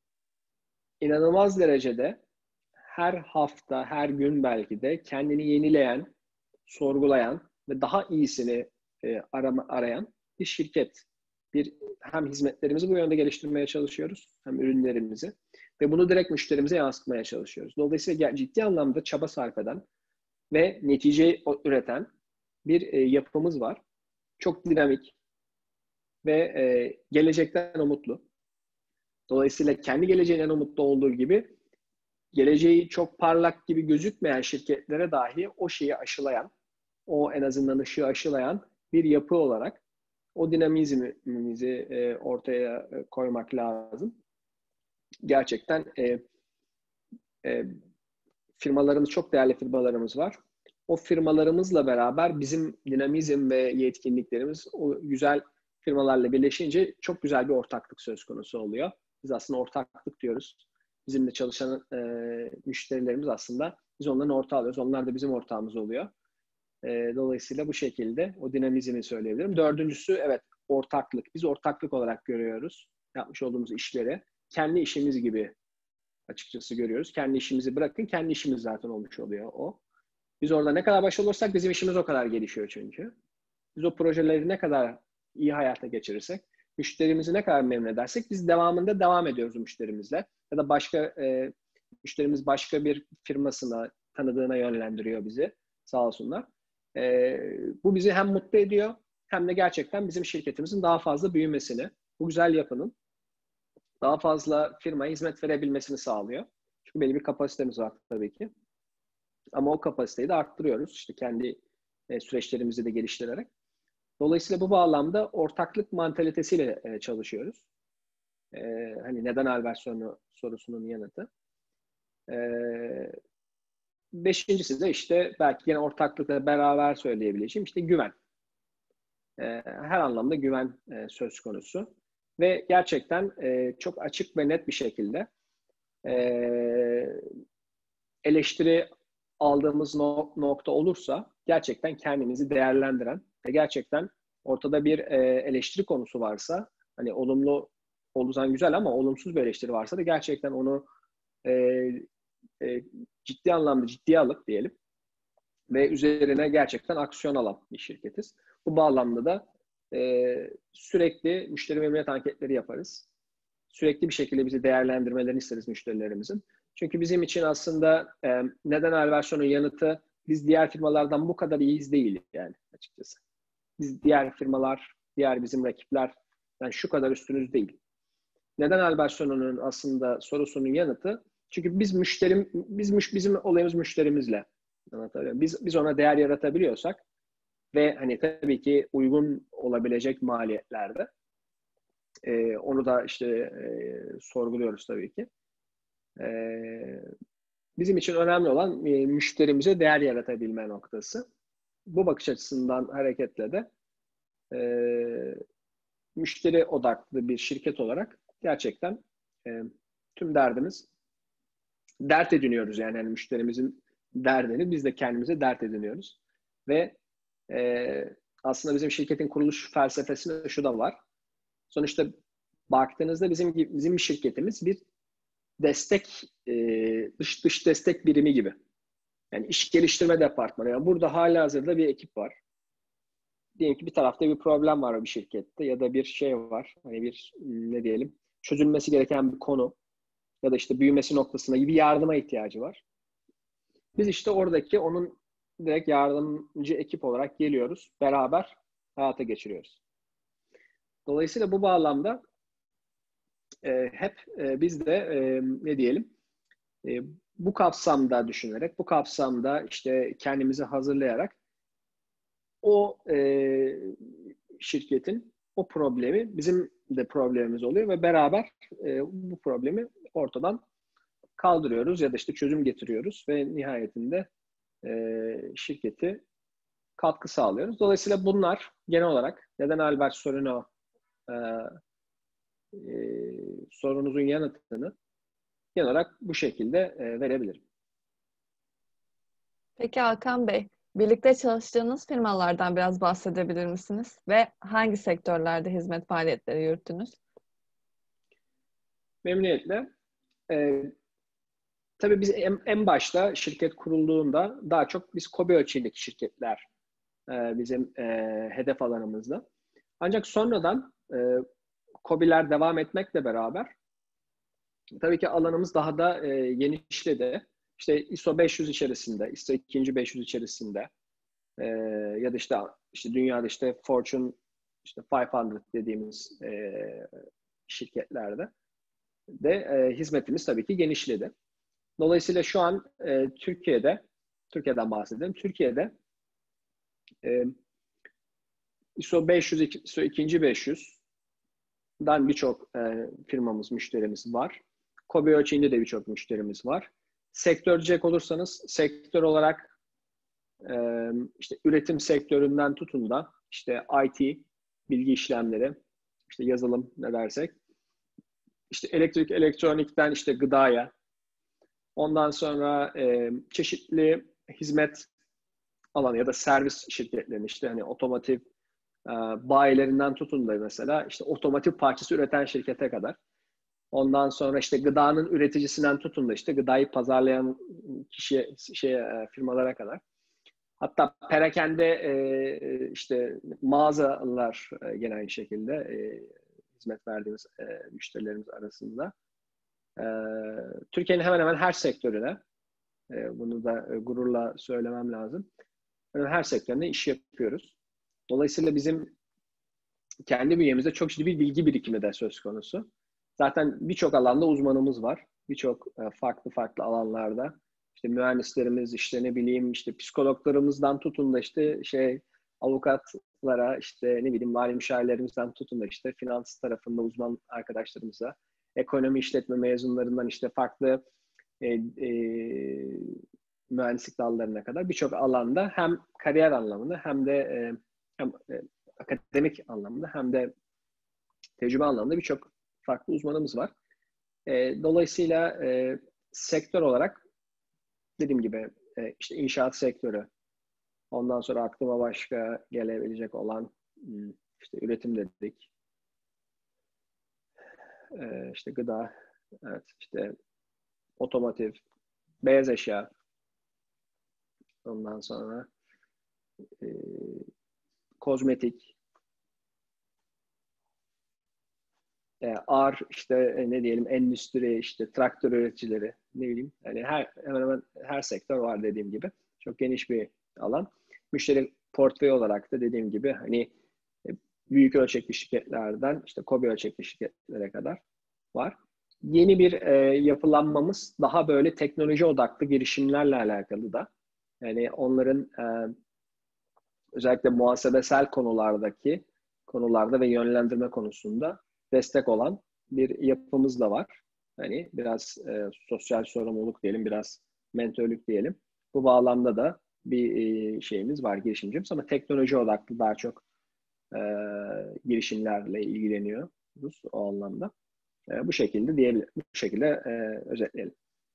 inanılmaz derecede her hafta, her gün belki de kendini yenileyen, sorgulayan ve daha iyisini e, arama, arayan bir şirket. Bir, hem hizmetlerimizi bu yönde geliştirmeye çalışıyoruz, hem ürünlerimizi ve bunu direkt müşterimize yansıtmaya çalışıyoruz. Dolayısıyla ciddi anlamda çaba sarf eden ve netice üreten bir e, yapımız var. Çok dinamik ve e, gelecekten umutlu. Dolayısıyla kendi geleceğinden umutlu olduğu gibi geleceği çok parlak gibi gözükmeyen şirketlere dahi o şeyi aşılayan, o en azından ışığı aşılayan bir yapı olarak o dinamizmimizi e, ortaya koymak lazım. Gerçekten e, e, firmalarımız, çok değerli firmalarımız var. O firmalarımızla beraber bizim dinamizm ve yetkinliklerimiz o güzel firmalarla birleşince çok güzel bir ortaklık söz konusu oluyor. Biz aslında ortaklık diyoruz. Bizimle çalışan e, müşterilerimiz aslında biz onların ortağı alıyoruz. Onlar da bizim ortağımız oluyor. E, dolayısıyla bu şekilde o dinamizmi söyleyebilirim. Dördüncüsü evet ortaklık. Biz ortaklık olarak görüyoruz yapmış olduğumuz işleri. Kendi işimiz gibi açıkçası görüyoruz. Kendi işimizi bırakın, kendi işimiz zaten olmuş oluyor o. Biz orada ne kadar başarılı olursak bizim işimiz o kadar gelişiyor çünkü. Biz o projeleri ne kadar iyi hayata geçirirsek, müşterimizi ne kadar memnun edersek biz devamında devam ediyoruz o müşterimizle. Ya da başka e, müşterimiz başka bir firmasına, tanıdığına yönlendiriyor bizi. Sağ olsunlar. E, bu bizi hem mutlu ediyor hem de gerçekten bizim şirketimizin daha fazla büyümesini, bu güzel yapının daha fazla firmaya hizmet verebilmesini sağlıyor. Çünkü belli bir kapasitemiz var tabii ki. Ama o kapasiteyi de arttırıyoruz. İşte kendi e, süreçlerimizi de geliştirerek. Dolayısıyla bu bağlamda ortaklık mantalitesiyle e, çalışıyoruz. E, hani neden Albertsolino sorusunun yanıtı. E, beşincisi de işte belki yine ortaklıkla beraber söyleyebileceğim işte güven. E, her anlamda güven e, söz konusu. Ve gerçekten e, çok açık ve net bir şekilde e, eleştiri aldığımız no- nokta olursa gerçekten kendimizi değerlendiren ve gerçekten ortada bir e, eleştiri konusu varsa, hani olumlu olursan güzel ama olumsuz bir eleştiri varsa da gerçekten onu e, e, ciddi anlamda ciddiye alıp diyelim ve üzerine gerçekten aksiyon alan bir şirketiz. Bu bağlamda da e, sürekli müşteri memnuniyet anketleri yaparız. Sürekli bir şekilde bizi değerlendirmelerini isteriz müşterilerimizin. Çünkü bizim için aslında e, neden Albertson'un yanıtı biz diğer firmalardan bu kadar iyiyiz değil yani açıkçası. Biz diğer firmalar, diğer bizim rakipler yani şu kadar üstünüz değil. Neden Albertson'un aslında sorusunun yanıtı? Çünkü biz müşterim, biz müş, bizim olayımız müşterimizle. Biz biz ona değer yaratabiliyorsak ve hani tabii ki uygun olabilecek maliyetlerde e, onu da işte e, sorguluyoruz tabii ki. E, bizim için önemli olan e, müşterimize değer yaratabilme noktası. Bu bakış açısından hareketle de e, müşteri odaklı bir şirket olarak gerçekten e, tüm derdimiz dert ediniyoruz yani, yani müşterimizin derdini biz de kendimize dert ediniyoruz. Ve e, aslında bizim şirketin kuruluş felsefesinde şu da var. Sonuçta baktığınızda bizim bizim şirketimiz bir destek e, dış dış destek birimi gibi. Yani iş geliştirme departmanı. Yani burada halihazırda bir ekip var. Diyelim ki bir tarafta bir problem var bir şirkette ya da bir şey var. Hani bir ne diyelim çözülmesi gereken bir konu ya da işte büyümesi noktasında bir yardıma ihtiyacı var. Biz işte oradaki onun direkt yardımcı ekip olarak geliyoruz. Beraber hayata geçiriyoruz. Dolayısıyla bu bağlamda e, hep e, biz de e, ne diyelim e, bu kapsamda düşünerek, bu kapsamda işte kendimizi hazırlayarak o e, şirketin o problemi bizim de problemimiz oluyor ve beraber e, bu problemi ortadan kaldırıyoruz ya da işte çözüm getiriyoruz ve nihayetinde e, şirketi katkı sağlıyoruz. Dolayısıyla bunlar genel olarak neden Albert Sorino e, e, sorunuzun yanıtını genel olarak bu şekilde e, verebilirim. Peki Hakan Bey, birlikte çalıştığınız firmalardan biraz bahsedebilir misiniz? Ve hangi sektörlerde hizmet faaliyetleri yürüttünüz? Memnuniyetle. E, tabii biz en, en başta şirket kurulduğunda daha çok biz KOBİ ölçeğindeki şirketler e, bizim e, hedef alanımızda. Ancak sonradan e, KOBİ'ler devam etmekle beraber tabii ki alanımız daha da e, genişledi. İşte I S O beş yüz içerisinde, I S O ikinci beş yüz içerisinde e, ya da işte işte dünyada işte Fortune işte beş yüz dediğimiz e, şirketlerde de e, hizmetimiz tabii ki genişledi. Dolayısıyla şu an e, Türkiye'de, Türkiye'den bahsedelim. Türkiye'de e, I S O beş yüz, I S O ikinci beş yüzden birçok e, firmamız, müşterimiz var. KOBİ ölçeğinde de birçok müşterimiz var. Sektör diyecek olursanız, sektör olarak e, işte üretim sektöründen tutun da işte I T, bilgi işlemleri, işte yazılım ne dersek, işte elektrik, elektronikten işte gıdaya, ondan sonra e, çeşitli hizmet alanı ya da servis şirketlerinin işte hani otomotiv e, bayilerinden tutun da mesela işte otomotiv parçası üreten şirkete kadar. Ondan sonra işte gıdanın üreticisinden tutun da işte gıdayı pazarlayan kişi şey firmalara kadar. Hatta perakende e, işte mağazalar e, gene aynı şekilde e, hizmet verdiğimiz e, müşterilerimiz arasında. E, Türkiye'nin hemen hemen her sektörüne, e, bunu da e, gururla söylemem lazım, yani her sektöründe iş yapıyoruz. Dolayısıyla bizim kendi bünyemizde çok ciddi bir bilgi birikimi de söz konusu. Zaten birçok alanda uzmanımız var. Birçok e, farklı farklı alanlarda. İşte mühendislerimiz, işte ne bileyim, işte psikologlarımızdan tutun da işte şey avukatlara, işte ne bileyim mali müşavirlerimizden tutun da işte finans tarafında uzman arkadaşlarımıza, ekonomi işletme mezunlarından işte farklı e, e, mühendislik dallarına kadar birçok alanda hem kariyer anlamında hem de e, hem e, akademik anlamda hem de tecrübe anlamında birçok farklı uzmanımız var. E, dolayısıyla e, sektör olarak dediğim gibi e, işte inşaat sektörü, ondan sonra aklıma başka gelebilecek olan hmm, işte üretim dedik, e, işte gıda, evet, işte otomotiv, beyaz eşya, ondan sonra e, kozmetik, e, ağır işte e, ne diyelim endüstri, işte traktör üreticileri, ne bileyim, yani her hemen hemen her sektör var dediğim gibi. Çok geniş bir alan. Müşteri portföyü olarak da dediğim gibi hani e, büyük ölçekli şirketlerden işte KOBİ ölçekli şirketlere kadar var. Yeni bir e, yapılanmamız daha böyle teknoloji odaklı girişimlerle alakalı da. Yani onların e, özellikle muhasebesel konulardaki konularda ve yönlendirme konusunda destek olan bir yapımız da var. Hani biraz e, sosyal sorumluluk diyelim, biraz mentörlük diyelim. Bu bağlamda da bir e, şeyimiz var, girişimcimiz ama teknoloji odaklı daha çok e, girişimlerle ilgileniyoruz o anlamda. E, bu şekilde diyebilirim. Bu şekilde e, özetleyelim.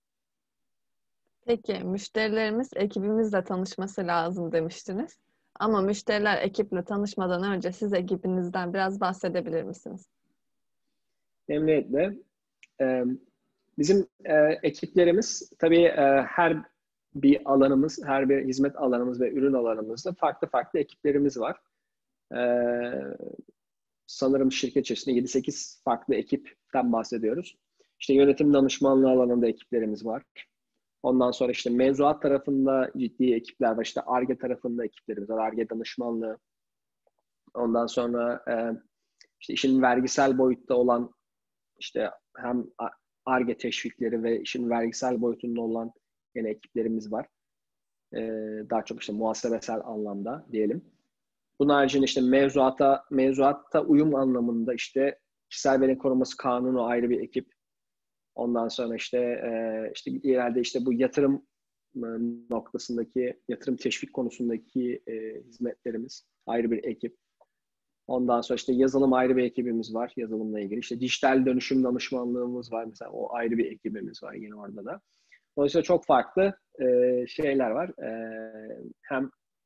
Peki, müşterilerimiz ekibimizle tanışması lazım demiştiniz. Ama müşteriler ekiple tanışmadan önce siz ekibinizden biraz bahsedebilir misiniz? Memnuniyetle. E, bizim e, ekiplerimiz tabii e, her bir alanımız, her bir hizmet alanımız ve ürün alanımızda farklı farklı ekiplerimiz var. E, sanırım şirket içerisinde yedi sekiz farklı ekipten bahsediyoruz. İşte yönetim danışmanlığı alanında ekiplerimiz var. Ondan sonra işte mevzuat tarafında ciddi ekipler var. İşte Ar-Ge tarafında ekiplerimiz var. Ar-Ge danışmanlığı. Ondan sonra e, işte işin vergisel boyutta olan işte hem Ar-Ge teşvikleri ve işin vergisel boyutunda olan yine ekiplerimiz var. E, daha çok işte muhasebesel anlamda diyelim. Bunun haricinde işte mevzuata, mevzuatta uyum anlamında işte kişisel veri koruması kanunu ayrı bir ekip. Ondan sonra işte e, işte ileride işte bu yatırım e, noktasındaki yatırım teşvik konusundaki e, hizmetlerimiz ayrı bir ekip. Ondan sonra işte yazılım ayrı bir ekibimiz var yazılımla ilgili. İşte dijital dönüşüm danışmanlığımız var mesela o ayrı bir ekibimiz var yine orada da. Dolayısıyla çok farklı e, şeyler var. E, hem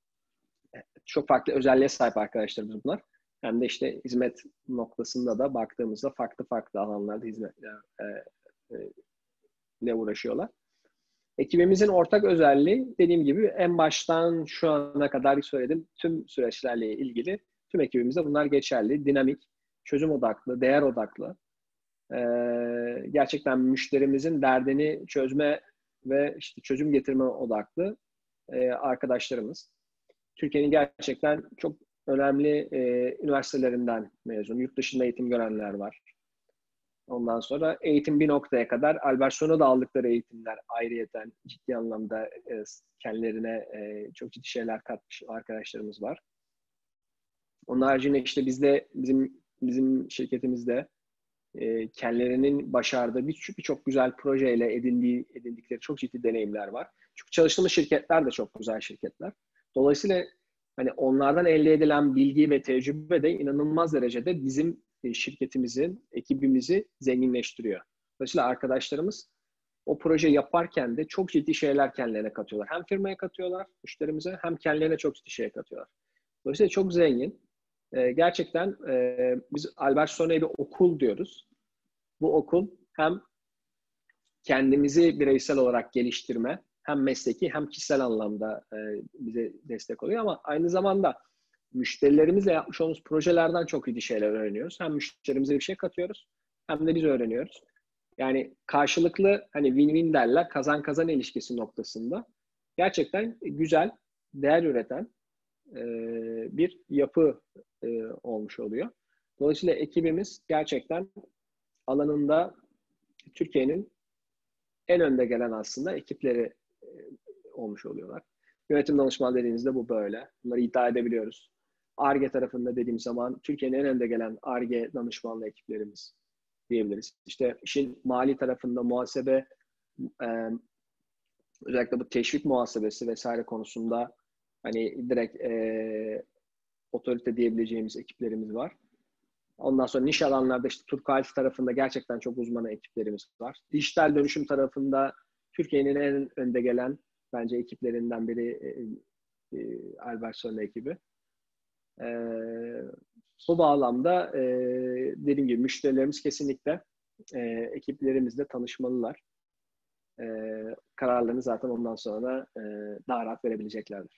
çok farklı özelliğe sahip arkadaşlarımız bunlar. Hem de işte hizmet noktasında da baktığımızda farklı farklı alanlarda hizmetler e, e, ile uğraşıyorlar. Ekibimizin ortak özelliği dediğim gibi en baştan şu ana kadar söyledim tüm süreçlerle ilgili tüm ekibimizde bunlar geçerli. Dinamik, çözüm odaklı, değer odaklı. Ee, gerçekten müşterimizin derdini çözme ve işte çözüm getirme odaklı e, arkadaşlarımız. Türkiye'nin gerçekten çok önemli e, üniversitelerinden mezun, yurt dışında eğitim görenler var. Ondan sonra eğitim bir noktaya kadar Albertson'da aldıkları eğitimler ayrıyeten ciddi anlamda e, kendilerine e, çok ciddi şeyler katmış arkadaşlarımız var. Onun haricinde işte bizde bizim bizim şirketimizde e, kendilerinin başardığı birçok bir güzel projeyle edindiği edindikleri çok ciddi deneyimler var. Çünkü çalıştığımız şirketler de çok güzel şirketler. Dolayısıyla hani onlardan elde edilen bilgi ve tecrübe de inanılmaz derecede bizim şirketimizin, ekibimizi zenginleştiriyor. Dolayısıyla arkadaşlarımız o proje yaparken de çok ciddi şeyler kendilerine katıyorlar. Hem firmaya katıyorlar, müşterimize, hem kendilerine çok ciddi şey katıyorlar. Dolayısıyla çok zengin. Ee, gerçekten e, biz Albertson'a bir okul diyoruz. Bu okul hem kendimizi bireysel olarak geliştirme, hem mesleki hem kişisel anlamda e, bize destek oluyor ama aynı zamanda müşterilerimizle yapmış olduğumuz projelerden çok iyi şeyler öğreniyoruz. Hem müşterimize bir şey katıyoruz hem de biz öğreniyoruz. Yani karşılıklı hani win-win derler, kazan kazan ilişkisi noktasında gerçekten güzel, değer üreten e, bir yapı e, olmuş oluyor. Dolayısıyla ekibimiz gerçekten alanında Türkiye'nin en önde gelen aslında ekipleri e, olmuş oluyorlar. Yönetim danışmanı dediğimizde bu böyle. Bunları iddia edebiliyoruz. Ar-Ge tarafında dediğim zaman Türkiye'nin en önde gelen Ar-Ge danışmanlı ekiplerimiz diyebiliriz. İşte işin mali tarafında muhasebe, e, özellikle bu teşvik muhasebesi vesaire konusunda hani direkt e, otorite diyebileceğimiz ekiplerimiz var. Ondan sonra niş alanlarda işte Turkualp tarafında gerçekten çok uzman ekiplerimiz var. Dijital dönüşüm tarafında Türkiye'nin en önde gelen bence ekiplerinden biri e, e, Albertsons ekibi. E, bu bağlamda e, dediğim gibi müşterilerimiz kesinlikle e, ekiplerimizle tanışmalılar. E, kararlarını zaten ondan sonra e, daha rahat verebileceklerdir.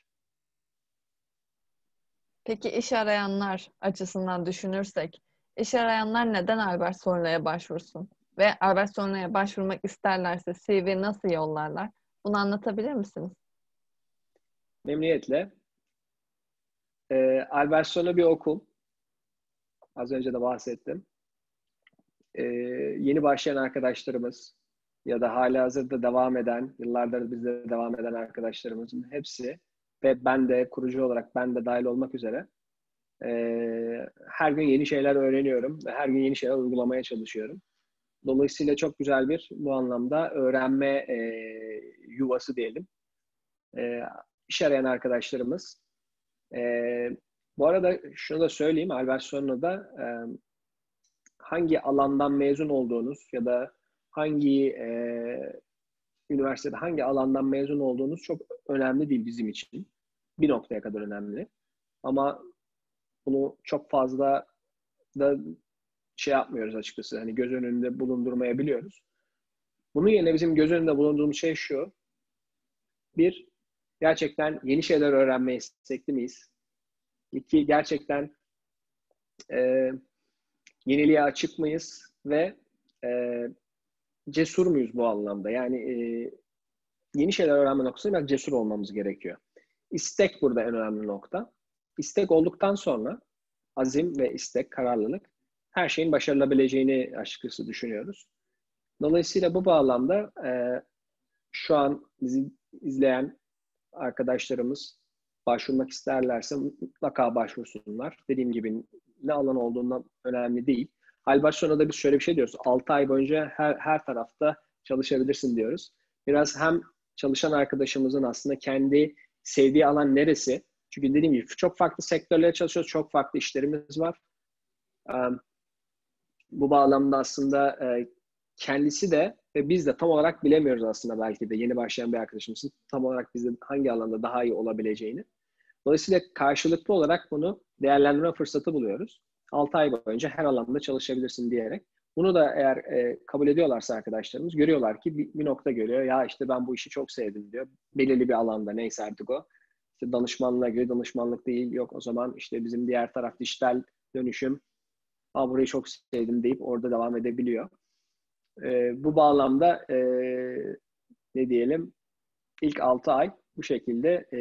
Peki iş arayanlar açısından düşünürsek, iş arayanlar neden Albert Sonra'ya başvursun? Ve Albert Sonra'ya başvurmak isterlerse C V nasıl yollarlar? Bunu anlatabilir misiniz? Memnuniyetle. E, Albertsons'u bir okul. Az önce de bahsettim. E, yeni başlayan arkadaşlarımız ya da halihazırda devam eden, yıllardır bizde devam eden arkadaşlarımızın hepsi ve ben de kurucu olarak ben de dahil olmak üzere e, her gün yeni şeyler öğreniyorum ve her gün yeni şeyler uygulamaya çalışıyorum. Dolayısıyla çok güzel bir bu anlamda öğrenme e, yuvası diyelim. E, iş arayan arkadaşlarımız. E, bu arada şunu da söyleyeyim, Albertsons'da e, hangi alandan mezun olduğunuz ya da hangi e, üniversitede hangi alandan mezun olduğunuz çok önemli değil bizim için. Bir noktaya kadar önemli. Ama bunu çok fazla da şey yapmıyoruz açıkçası. Hani göz önünde bulundurmayabiliyoruz. Bunun yerine bizim göz önünde bulunduğumuz şey şu. Bir, gerçekten yeni şeyler öğrenmeye istekli miyiz? İki, gerçekten e, yeniliğe açık mıyız? Ve e, cesur muyuz bu anlamda? Yani e, yeni şeyler öğrenme noktasında biraz cesur olmamız gerekiyor. İstek burada en önemli nokta. İstek olduktan sonra azim ve istek, kararlılık her şeyin başarılabileceğini açıkçası düşünüyoruz. Dolayısıyla bu bağlamda e, şu an bizi izleyen arkadaşlarımız başvurmak isterlerse mutlaka başvursunlar. Dediğim gibi ne alan olduğundan önemli değil. Albertsons'da da biz şöyle bir şey diyoruz. altı ay boyunca her, her tarafta çalışabilirsin diyoruz. Biraz hem çalışan arkadaşımızın aslında kendi sevdiği alan neresi? Çünkü dediğim gibi çok farklı sektörlere çalışıyoruz. Çok farklı işlerimiz var. Bu bağlamda aslında kendisi de ve biz de tam olarak bilemiyoruz aslında belki de yeni başlayan bir arkadaşımızın tam olarak bizde hangi alanda daha iyi olabileceğini. Dolayısıyla karşılıklı olarak bunu değerlendirme fırsatı buluyoruz. altı ay boyunca her alanda çalışabilirsin diyerek. Bunu da eğer e, kabul ediyorlarsa arkadaşlarımız görüyorlar ki bir, bir nokta görüyor. Ya işte ben bu işi çok sevdim diyor. Belirli bir alanda neyse artık o. İşte danışmanlığa göre danışmanlık değil. Yok o zaman işte bizim diğer taraf dijital dönüşüm. Aa, burayı çok sevdim deyip orada devam edebiliyor. E, bu bağlamda e, ne diyelim ilk altı ay bu şekilde e,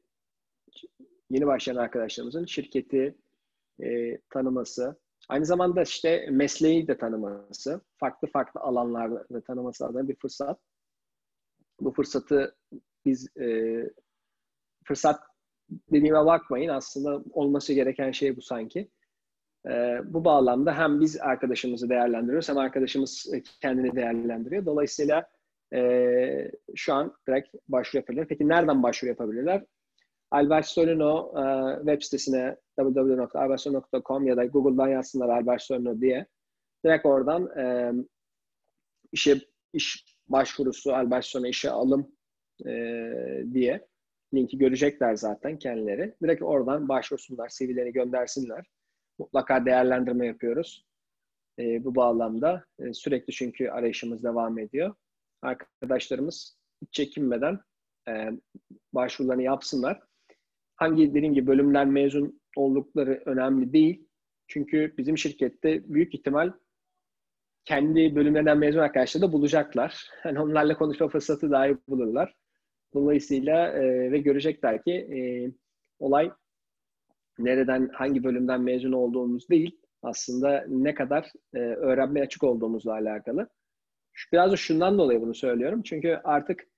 yeni başlayan arkadaşlarımızın şirketi e, tanıması, aynı zamanda işte mesleği de tanıması, farklı farklı alanlarda tanıması adına bir fırsat. Bu fırsatı biz e, fırsat dediğime bakmayın, aslında olması gereken şey bu sanki. E, bu bağlamda hem biz arkadaşımızı değerlendiriyoruz hem arkadaşımız kendini değerlendiriyor. Dolayısıyla e, şu an direkt başvuru yapabilirler. Peki nereden başvuru yapabilirler? Albert Solino e, web sitesine double-u double-u double-u nokta albertsolino nokta com ya da Google'dan yazsınlar Albert Solino diye. Direkt oradan e, işe iş başvurusu, Albert Solino işe alım e, diye linki görecekler zaten kendileri. Direkt oradan başvursunlar, C V'lerini göndersinler. Mutlaka değerlendirme yapıyoruz. E, bu bağlamda e, sürekli çünkü arayışımız devam ediyor. Arkadaşlarımız hiç çekinmeden e, başvurularını yapsınlar. Hangi dediğim gibi bölümden mezun oldukları önemli değil. Çünkü bizim şirkette büyük ihtimal kendi bölümlerden mezun arkadaşları da bulacaklar. Yani onlarla konuşma fırsatı dahi bulurlar. Dolayısıyla e, ve görecekler ki e, olay nereden, hangi bölümden mezun olduğumuz değil, aslında ne kadar e, öğrenmeye açık olduğumuzla alakalı. Biraz da şundan dolayı bunu söylüyorum. Çünkü artık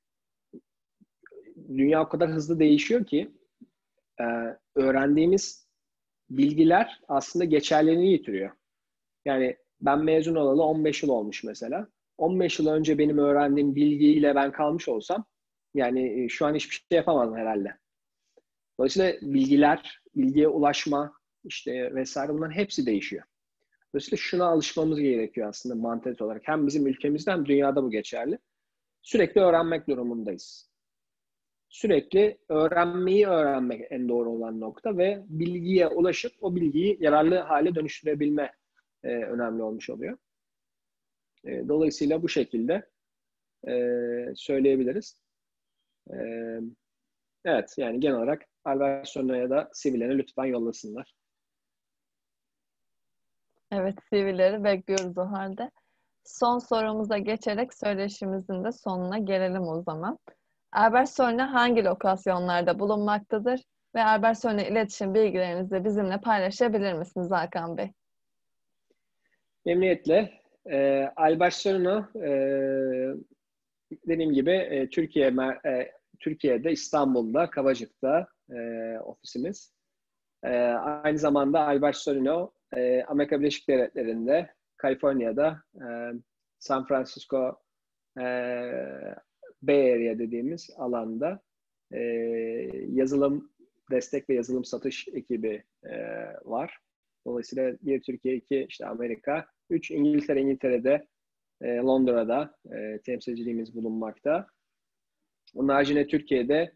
dünya o kadar hızlı değişiyor ki e, öğrendiğimiz bilgiler aslında geçerliliğini yitiriyor. Yani ben mezun olalı on beş yıl olmuş mesela. on beş yıl önce benim öğrendiğim bilgiyle ben kalmış olsam yani şu an hiçbir şey yapamazdım herhalde. Dolayısıyla bilgiler, bilgiye ulaşma işte vesaire bunların hepsi değişiyor. Dolayısıyla şuna alışmamız gerekiyor aslında mantalite olarak. Hem bizim ülkemizde hem dünyada bu geçerli. Sürekli öğrenmek durumundayız. Sürekli öğrenmeyi öğrenmek en doğru olan nokta ve bilgiye ulaşıp o bilgiyi yararlı hale dönüştürebilme e, önemli olmuş oluyor. E, dolayısıyla bu şekilde e, söyleyebiliriz. E, evet, yani genel olarak Albert Sonra'ya da C V'lerini lütfen yollasınlar. Evet, C V'leri bekliyoruz o halde. Son sorumuza geçerek söyleşimizin de sonuna gelelim o zaman. Albert Sorna hangi lokasyonlarda bulunmaktadır ve Albert Sorna iletişim bilgilerinizi bizimle paylaşabilir misiniz Hakan Bey? Memnuniyetle. E, Albert Sorna e, dediğim gibi e, Türkiye e, Türkiye'de, İstanbul'da, Kavacık'ta e, ofisimiz. E, aynı zamanda Albert Sorino e, Amerika Birleşik Devletleri'nde, Kaliforniya'da, e, San Francisco e, Bay Area dediğimiz alanda e, yazılım destek ve yazılım satış ekibi e, var. Dolayısıyla bir Türkiye, iki işte Amerika, üç İngiltere, İngiltere'de, e, Londra'da e, temsilciliğimiz bulunmakta. Onun haricinde Türkiye'de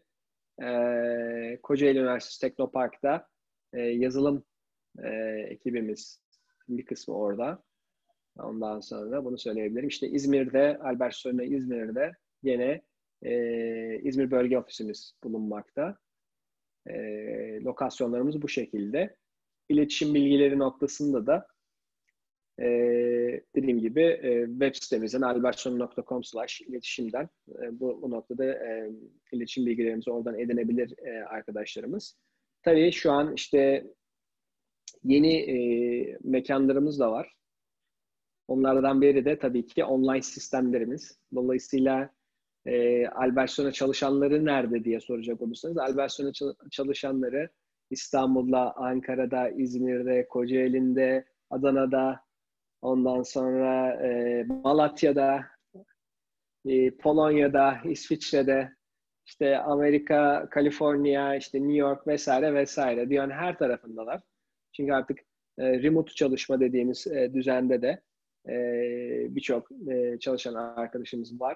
e, Kocaeli Üniversitesi Teknopark'ta e, yazılım e, ekibimiz bir kısmı orada. Ondan sonra bunu söyleyebilirim. İşte İzmir'de, Albert Soruna İzmir'de yine e, İzmir Bölge Ofisimiz bulunmakta. E, lokasyonlarımız bu şekilde. İletişim bilgileri noktasında da e, dediğim gibi e, web sitemizden albertsoruna nokta com slash iletişimden e, bu, bu noktada e, iletişim bilgilerimizi oradan edinebilir e, arkadaşlarımız. Tabii şu an işte yeni e, mekanlarımız da var. Onlardan biri de tabii ki online sistemlerimiz. Dolayısıyla e, Albert Soruna çalışanları nerede diye soracak olursanız, Albert Soruna çalışanları İstanbul'da, Ankara'da, İzmir'de, Kocaeli'nde, Adana'da, ondan sonra e, Malatya'da, e, Polonya'da, İsviçre'de, işte Amerika, Kaliforniya, işte New York vesaire vesaire dünyanın her tarafındalar. Çünkü artık e, remote çalışma dediğimiz e, düzende de e, birçok e, çalışan arkadaşımız var.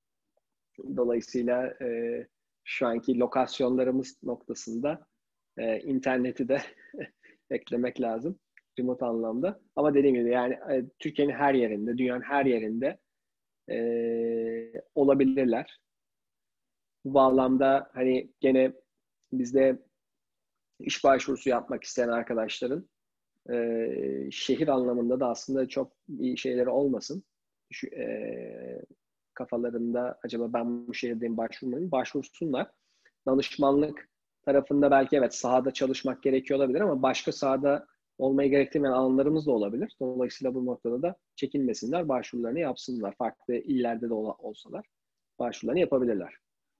Dolayısıyla e, şu anki lokasyonlarımız noktasında e, interneti de eklemek lazım remote anlamda. Ama dediğim gibi yani e, Türkiye'nin her yerinde, dünyanın her yerinde e, olabilirler. Bu bağlamda hani gene bizde iş başvurusu yapmak isteyen arkadaşların e, şehir anlamında da aslında çok iyi şeyleri olmasın. Şu, e, kafalarında acaba ben bu şehirdeyim başvurmayayım, başvursunlar. Danışmanlık tarafında belki evet sahada çalışmak gerekiyor olabilir ama başka sahada olmayı gerektirmeyen alanlarımız da olabilir. Dolayısıyla bu noktada da çekinmesinler, başvurularını yapsınlar. Farklı illerde de olsalar başvurularını yapabilirler.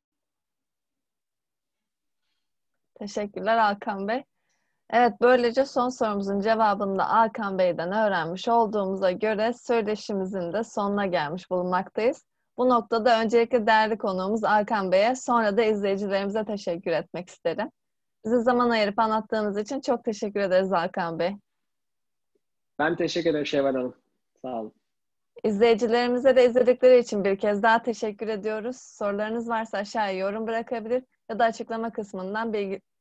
Teşekkürler Hakan Bey. Evet, böylece son sorumuzun cevabını da Hakan Bey'den öğrenmiş olduğumuza göre söyleşimizin de sonuna gelmiş bulunmaktayız. Bu noktada öncelikle değerli konuğumuz Hakan Bey'e, sonra da izleyicilerimize teşekkür etmek isterim. Bize zaman ayırıp anlattığınız için çok teşekkür ederiz Hakan Bey. Ben teşekkür ederim Şevval Hanım. Sağ olun. İzleyicilerimize de izledikleri için bir kez daha teşekkür ediyoruz. Sorularınız varsa aşağıya yorum bırakabilir ya da açıklama kısmından bilgi